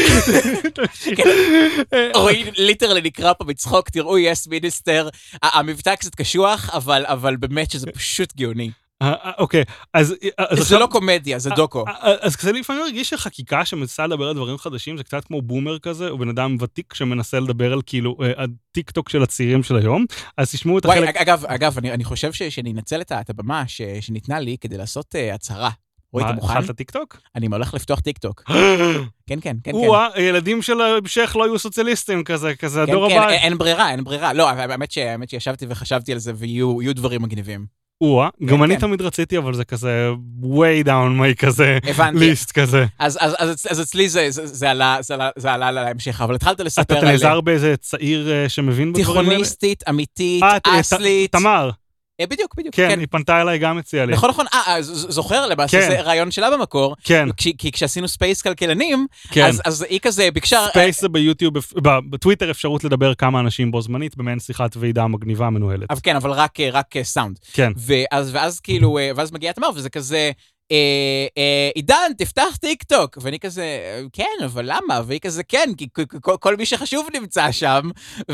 רואי ליטרלי נקרא פה בצחוק, תראו, yes minister, המבטא קצת קשוח, אבל באמת שזה פשוט גאוני. אוקיי, אז זה לא קומדיה, זה דוקו. אז כזה לפעמים הרגיש שחקיקה שמנסה לדבר על דברים חדשים, זה קצת כמו בומר כזה, או בן אדם ותיק שמנסה לדבר על כאילו הטיק טוק של הצעירים של היום, אז תשמעו את החלק... אגב, אני חושב שאני אנצל את הבמה שניתנה לי כדי לעשות הצהרה. רואי, אתה מוכן? התחלת טיק טוק? אני הולך לפתוח טיק טוק. כן, כן, כן. ילדים של המשך לא יהיו סוציאליסטים כזה, הדור הבא. כן, אין ברירה. לא, האמת שישבתי וחשבתי על זה, ויהיו דברים מגניבים. גם אני תמיד רציתי, אבל זה כזה way down my כזה ליסט כזה. אז אצלי זה עלה להמשך, אבל התחלת לספר אתה נעזר באיזה צעיר שמבין בדברים האלה? תיכוניסטית, אמיתית, אסלית. תמר. בדיוק. כן, היא פנתה אליי, גם הציעה לי. נכון, זוכר למעשה, זה רעיון שלה במקור, כי כשעשינו ספייס כלכלנים, אז היא כזה ביקשה... ספייס זה ביוטיוב, בטוויטר אפשרות לדבר כמה אנשים בו זמנית, במעין שיחת ועידה מגניבה מנוהלת. כן, אבל רק סאונד. כן. ואז כאילו, ואז מגיע תמר, וזה כזה... עידן, תפתח טיק טוק, ואני כזה, כן, אבל למה? והיא כזה, כן, כי כל מי שחשוב נמצא שם,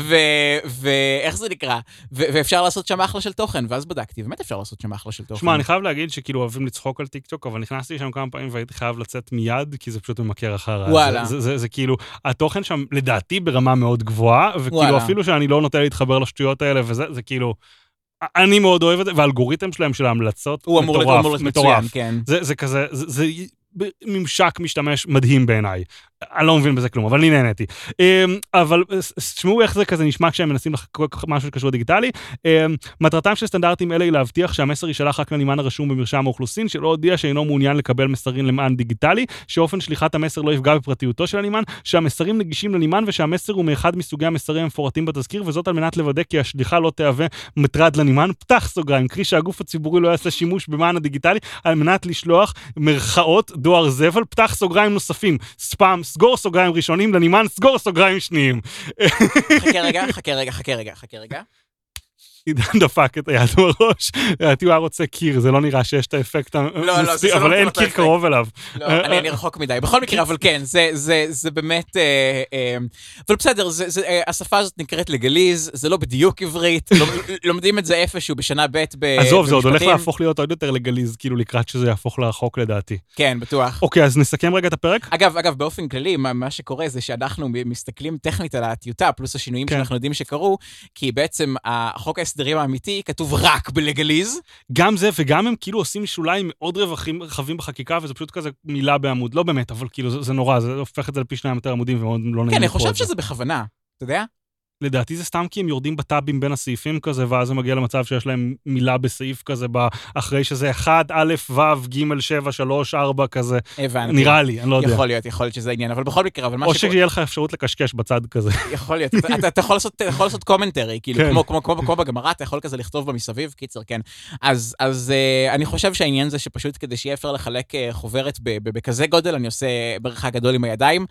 ואיך זה נקרא? ואפשר לעשות שם אחלה של תוכן, ואז בדקתי, באמת אפשר לעשות שם אחלה של תוכן. שמע, אני חייב להגיד שכאילו אוהבים לצחוק על טיק טוק, אבל נכנסתי שם כמה פעמים והייתי חייב לצאת מיד, כי זה פשוט ממכר אחר. וואלה. זה כאילו, התוכן שם לדעתי ברמה מאוד גבוהה, וכאילו אפילו שאני לא נוטה להתחבר לשטויות האלה, וזה כאילו... אני מאוד אוהב את זה, והאלגוריתם שלהם של ההמלצות הוא אמור להיות מצוין, כן. זה כזה, זה ממשק משתמש מדהים בעיניי. אני לא מבין בזה כלום, אבל אני נהניתי. אבל תשמעו איך זה כזה נשמע כשהם מנסים לחקוק משהו שקשור דיגיטלי. מטרתם של סטנדרטים אלה היא להבטיח שהמסר יישלח רק לנמען הרשום במרשם האוכלוסין, שלא הודיע שאינו מעוניין לקבל מסרים למען דיגיטלי, שאופן שליחת המסר לא יפגע בפרטיותו של הנמען, שהמסרים נגישים לנמען ושהמסר הוא מאחד מסוגי המסרים המפורטים בתזכיר, וזאת על מנת לוודא כי השליחה לא תהווה מטרד לנמען. פתח סוגריים, קרי שהגוף הציבורי לא יעשה שימוש במען הדיגיטלי על מנת לשלוח מרכאות דואר זבל. פתח סוגריים נוספים, ספאם, סגור סוגריים ראשונים לנמען, סגור סוגריים שניים. חכה רגע. עידן דפק את היד בראש, הוא היה רוצה קיר, זה לא נראה שיש את האפקט המוספי, אבל אין קיר קרוב אליו. לא, אני רחוק מדי. בכל מקרה, אבל כן, זה באמת... אבל בסדר, השפה הזאת נקראת לגליז, זה לא בדיוק עברית, לומדים את זה איפשהו בשנה ב' במשפטים. עזוב, זה עוד הולך להפוך להיות עוד יותר לגליז, כאילו לקראת שזה יהפוך לחוק לדעתי. כן, בטוח. אוקיי, אז נסכם רגע את הפרק? אגב, באופן כללי, מה שקורה זה שאנחנו מסתכלים טכנית על הטיוטה, פלוס השינויים שאנחנו יודעים שקרו, כי בעצם החוק ההסדרים האמיתי כתוב רק בלגליז. גם זה, וגם הם כאילו עושים שוליים מאוד רחבים בחקיקה, וזה פשוט כזה מילה בעמוד. לא באמת, אבל כאילו זה נורא, זה הופך את זה לפי 2 יותר עמודים, ומאוד לא נעים. כן, אני חושב שזה בכוונה, אתה יודע? לדעתי זה סתם כי הם יורדים בטאבים בין הסעיפים כזה, ואז זה מגיע למצב שיש להם מילה בסעיף כזה, אחרי שזה 1, א', ו', ג', 7, 3, 4 כזה. הבנתי. נראה לי, אני לא יודע. יכול להיות שזה העניין, אבל בכל מקרה, אבל מה או שיהיה לך אפשרות לקשקש בצד כזה. יכול להיות, אתה יכול לעשות קומנטרי, כאילו, כמו בגמרא, אתה יכול כזה לכתוב במסביב, קיצר, כן. אז אני חושב שהעניין זה שפשוט כדי שיהיה אפשר לחלק חוברת בכזה גודל, אני עושה מרחק גדול עם הידיים.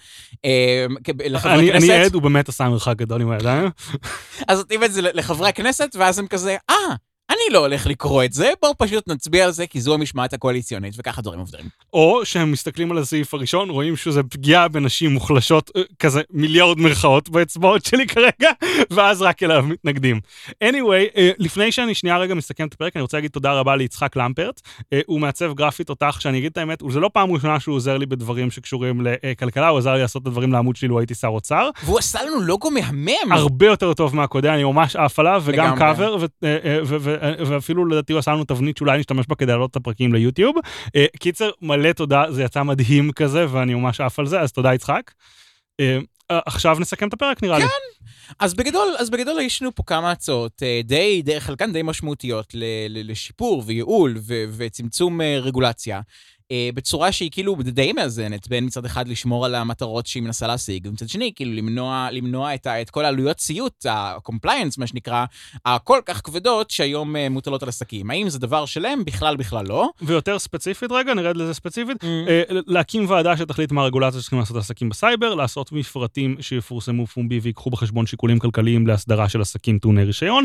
אני עד, הוא באמת עשה מרחק גדול עם הידיים. אז נותנים את זה לחברי הכנסת, ואז הם כזה, אני לא הולך לקרוא את זה, בואו פשוט נצביע על זה, כי זו המשמעת הקואליציונית, וככה דברים עובדים. או שהם מסתכלים על הסעיף הראשון, רואים שזה פגיעה בנשים מוחלשות, כזה מיליארד מרכאות באצבעות שלי כרגע, ואז רק אליו מתנגדים. anyway, לפני שאני שנייה רגע מסכם את הפרק, אני רוצה להגיד תודה רבה ליצחק למפרט, הוא מעצב גרפית אותך, שאני אגיד את האמת, זה לא פעם ראשונה שהוא עוזר לי בדברים שקשורים לכלכלה, הוא עזר לי לעשות את הדברים לעמוד שלי, לו הייתי שר אוצר. והוא עשה לנו לוגו מהמם. הרבה יותר טוב מהקודם, אני ממש עף עליו, וגם קאבר, ואפילו לדעתי הוא עשה לנו תבנית שאולי נשתמש בה כדי לעלות את הפרקים ליוטיוב. קיצר, מלא תודה, זה יצא מדהים כזה, ואני ממש עף על זה, אז תודה יצחק. עכשיו נסכם את הפרק נראה לי. כן, אז בגדול יש לנו פה כמה הצעות, חלקן די משמעותיות לשיפור וייעול וצמצום רגולציה. בצורה שהיא כאילו די מאזנת, בין מצד אחד לשמור על המטרות שהיא מנסה להשיג, ומצד שני, כאילו למנוע את כל העלויות ציות, ה-compliance, מה שנקרא, הכל כך כבדות שהיום מוטלות על עסקים. האם זה דבר שלהם? בכלל לא. ויותר ספציפית רגע, נרד לזה ספציפית, להקים ועדה שתחליט מה הרגולציה שצריכים לעשות עסקים בסייבר, לעשות מפרטים שיפורסמו פומבי ויקחו בחשבון שיקולים כלכליים להסדרה של עסקים טעוני רישיון,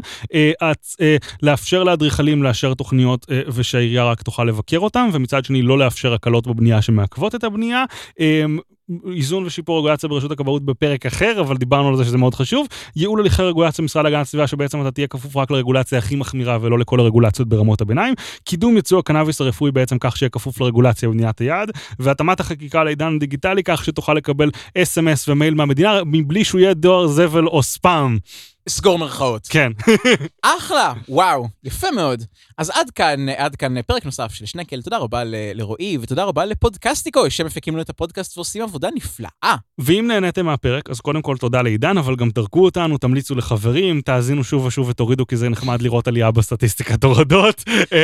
לאפשר לאדריכלים לאשר תוכניות ושהעירייה רק תוכל לבקר אותם, ומצד שני לא לאפשר הקלות בבנייה שמעכבות את הבנייה, איזון ושיפור רגולציה ברשות הכבאות בפרק אחר, אבל דיברנו על זה שזה מאוד חשוב, ייעול הליכי רגולציה במשרד להגנת הסביבה, שבעצם אתה תהיה כפוף רק לרגולציה הכי מחמירה ולא לכל הרגולציות ברמות הביניים, קידום ייצוא הקנאביס הרפואי בעצם כך שיהיה כפוף לרגולציה ובניית היעד, והתאמת החקיקה לעידן הדיגיטלי כך שתוכל לקבל SMS ומייל מהמדינה, מבלי שהוא יהיה דואר זבל או ספאם. סגור מרכאות. כן. אחלה, וואו, יפה מאוד. אז עד כאן פרק נוסף של שנקל, תודה רבה לרועי, ותודה רבה לפודקאסטיקו, שמפיקים לנו את הפודקאסט ועושים עבודה נפלאה. ואם נהניתם מהפרק, אז קודם כל תודה לעידן, אבל גם תדרגו אותנו, תמליצו לחברים, תאזינו שוב ושוב ותורידו, כי זה נחמד לראות עלייה בסטטיסטיקת הורדות,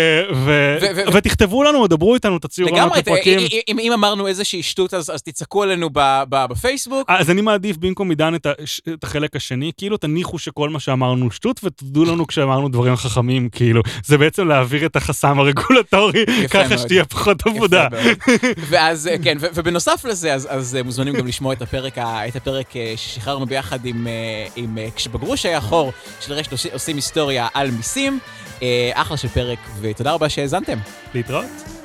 ותכתבו לנו, ודברו איתנו, תציעו רעיונות לפרקים. אם אמרנו איזושהי שטות, אז תצעקו עלינו בפייסבוק. אז אני מעדיף במקום עידן את החלק השני, כאילו תניחו שכל מה שאמרנו שטות, ותודו לנו כשאמרנו דברים חכמים, כאילו, זה בעצם להעביר את החסם הרגולטורי, ככה שתהיה פחות עבודה. ואז, כן, ובנוסף לזה, אז מוזמנים גם לשמוע את הפרק ששחררנו ביחד עם כשבגרוש היה חור, של רשת עושים היסטוריה על מיסים, אחלה של פרק, ותודה רבה שהאזנתם. להתראות.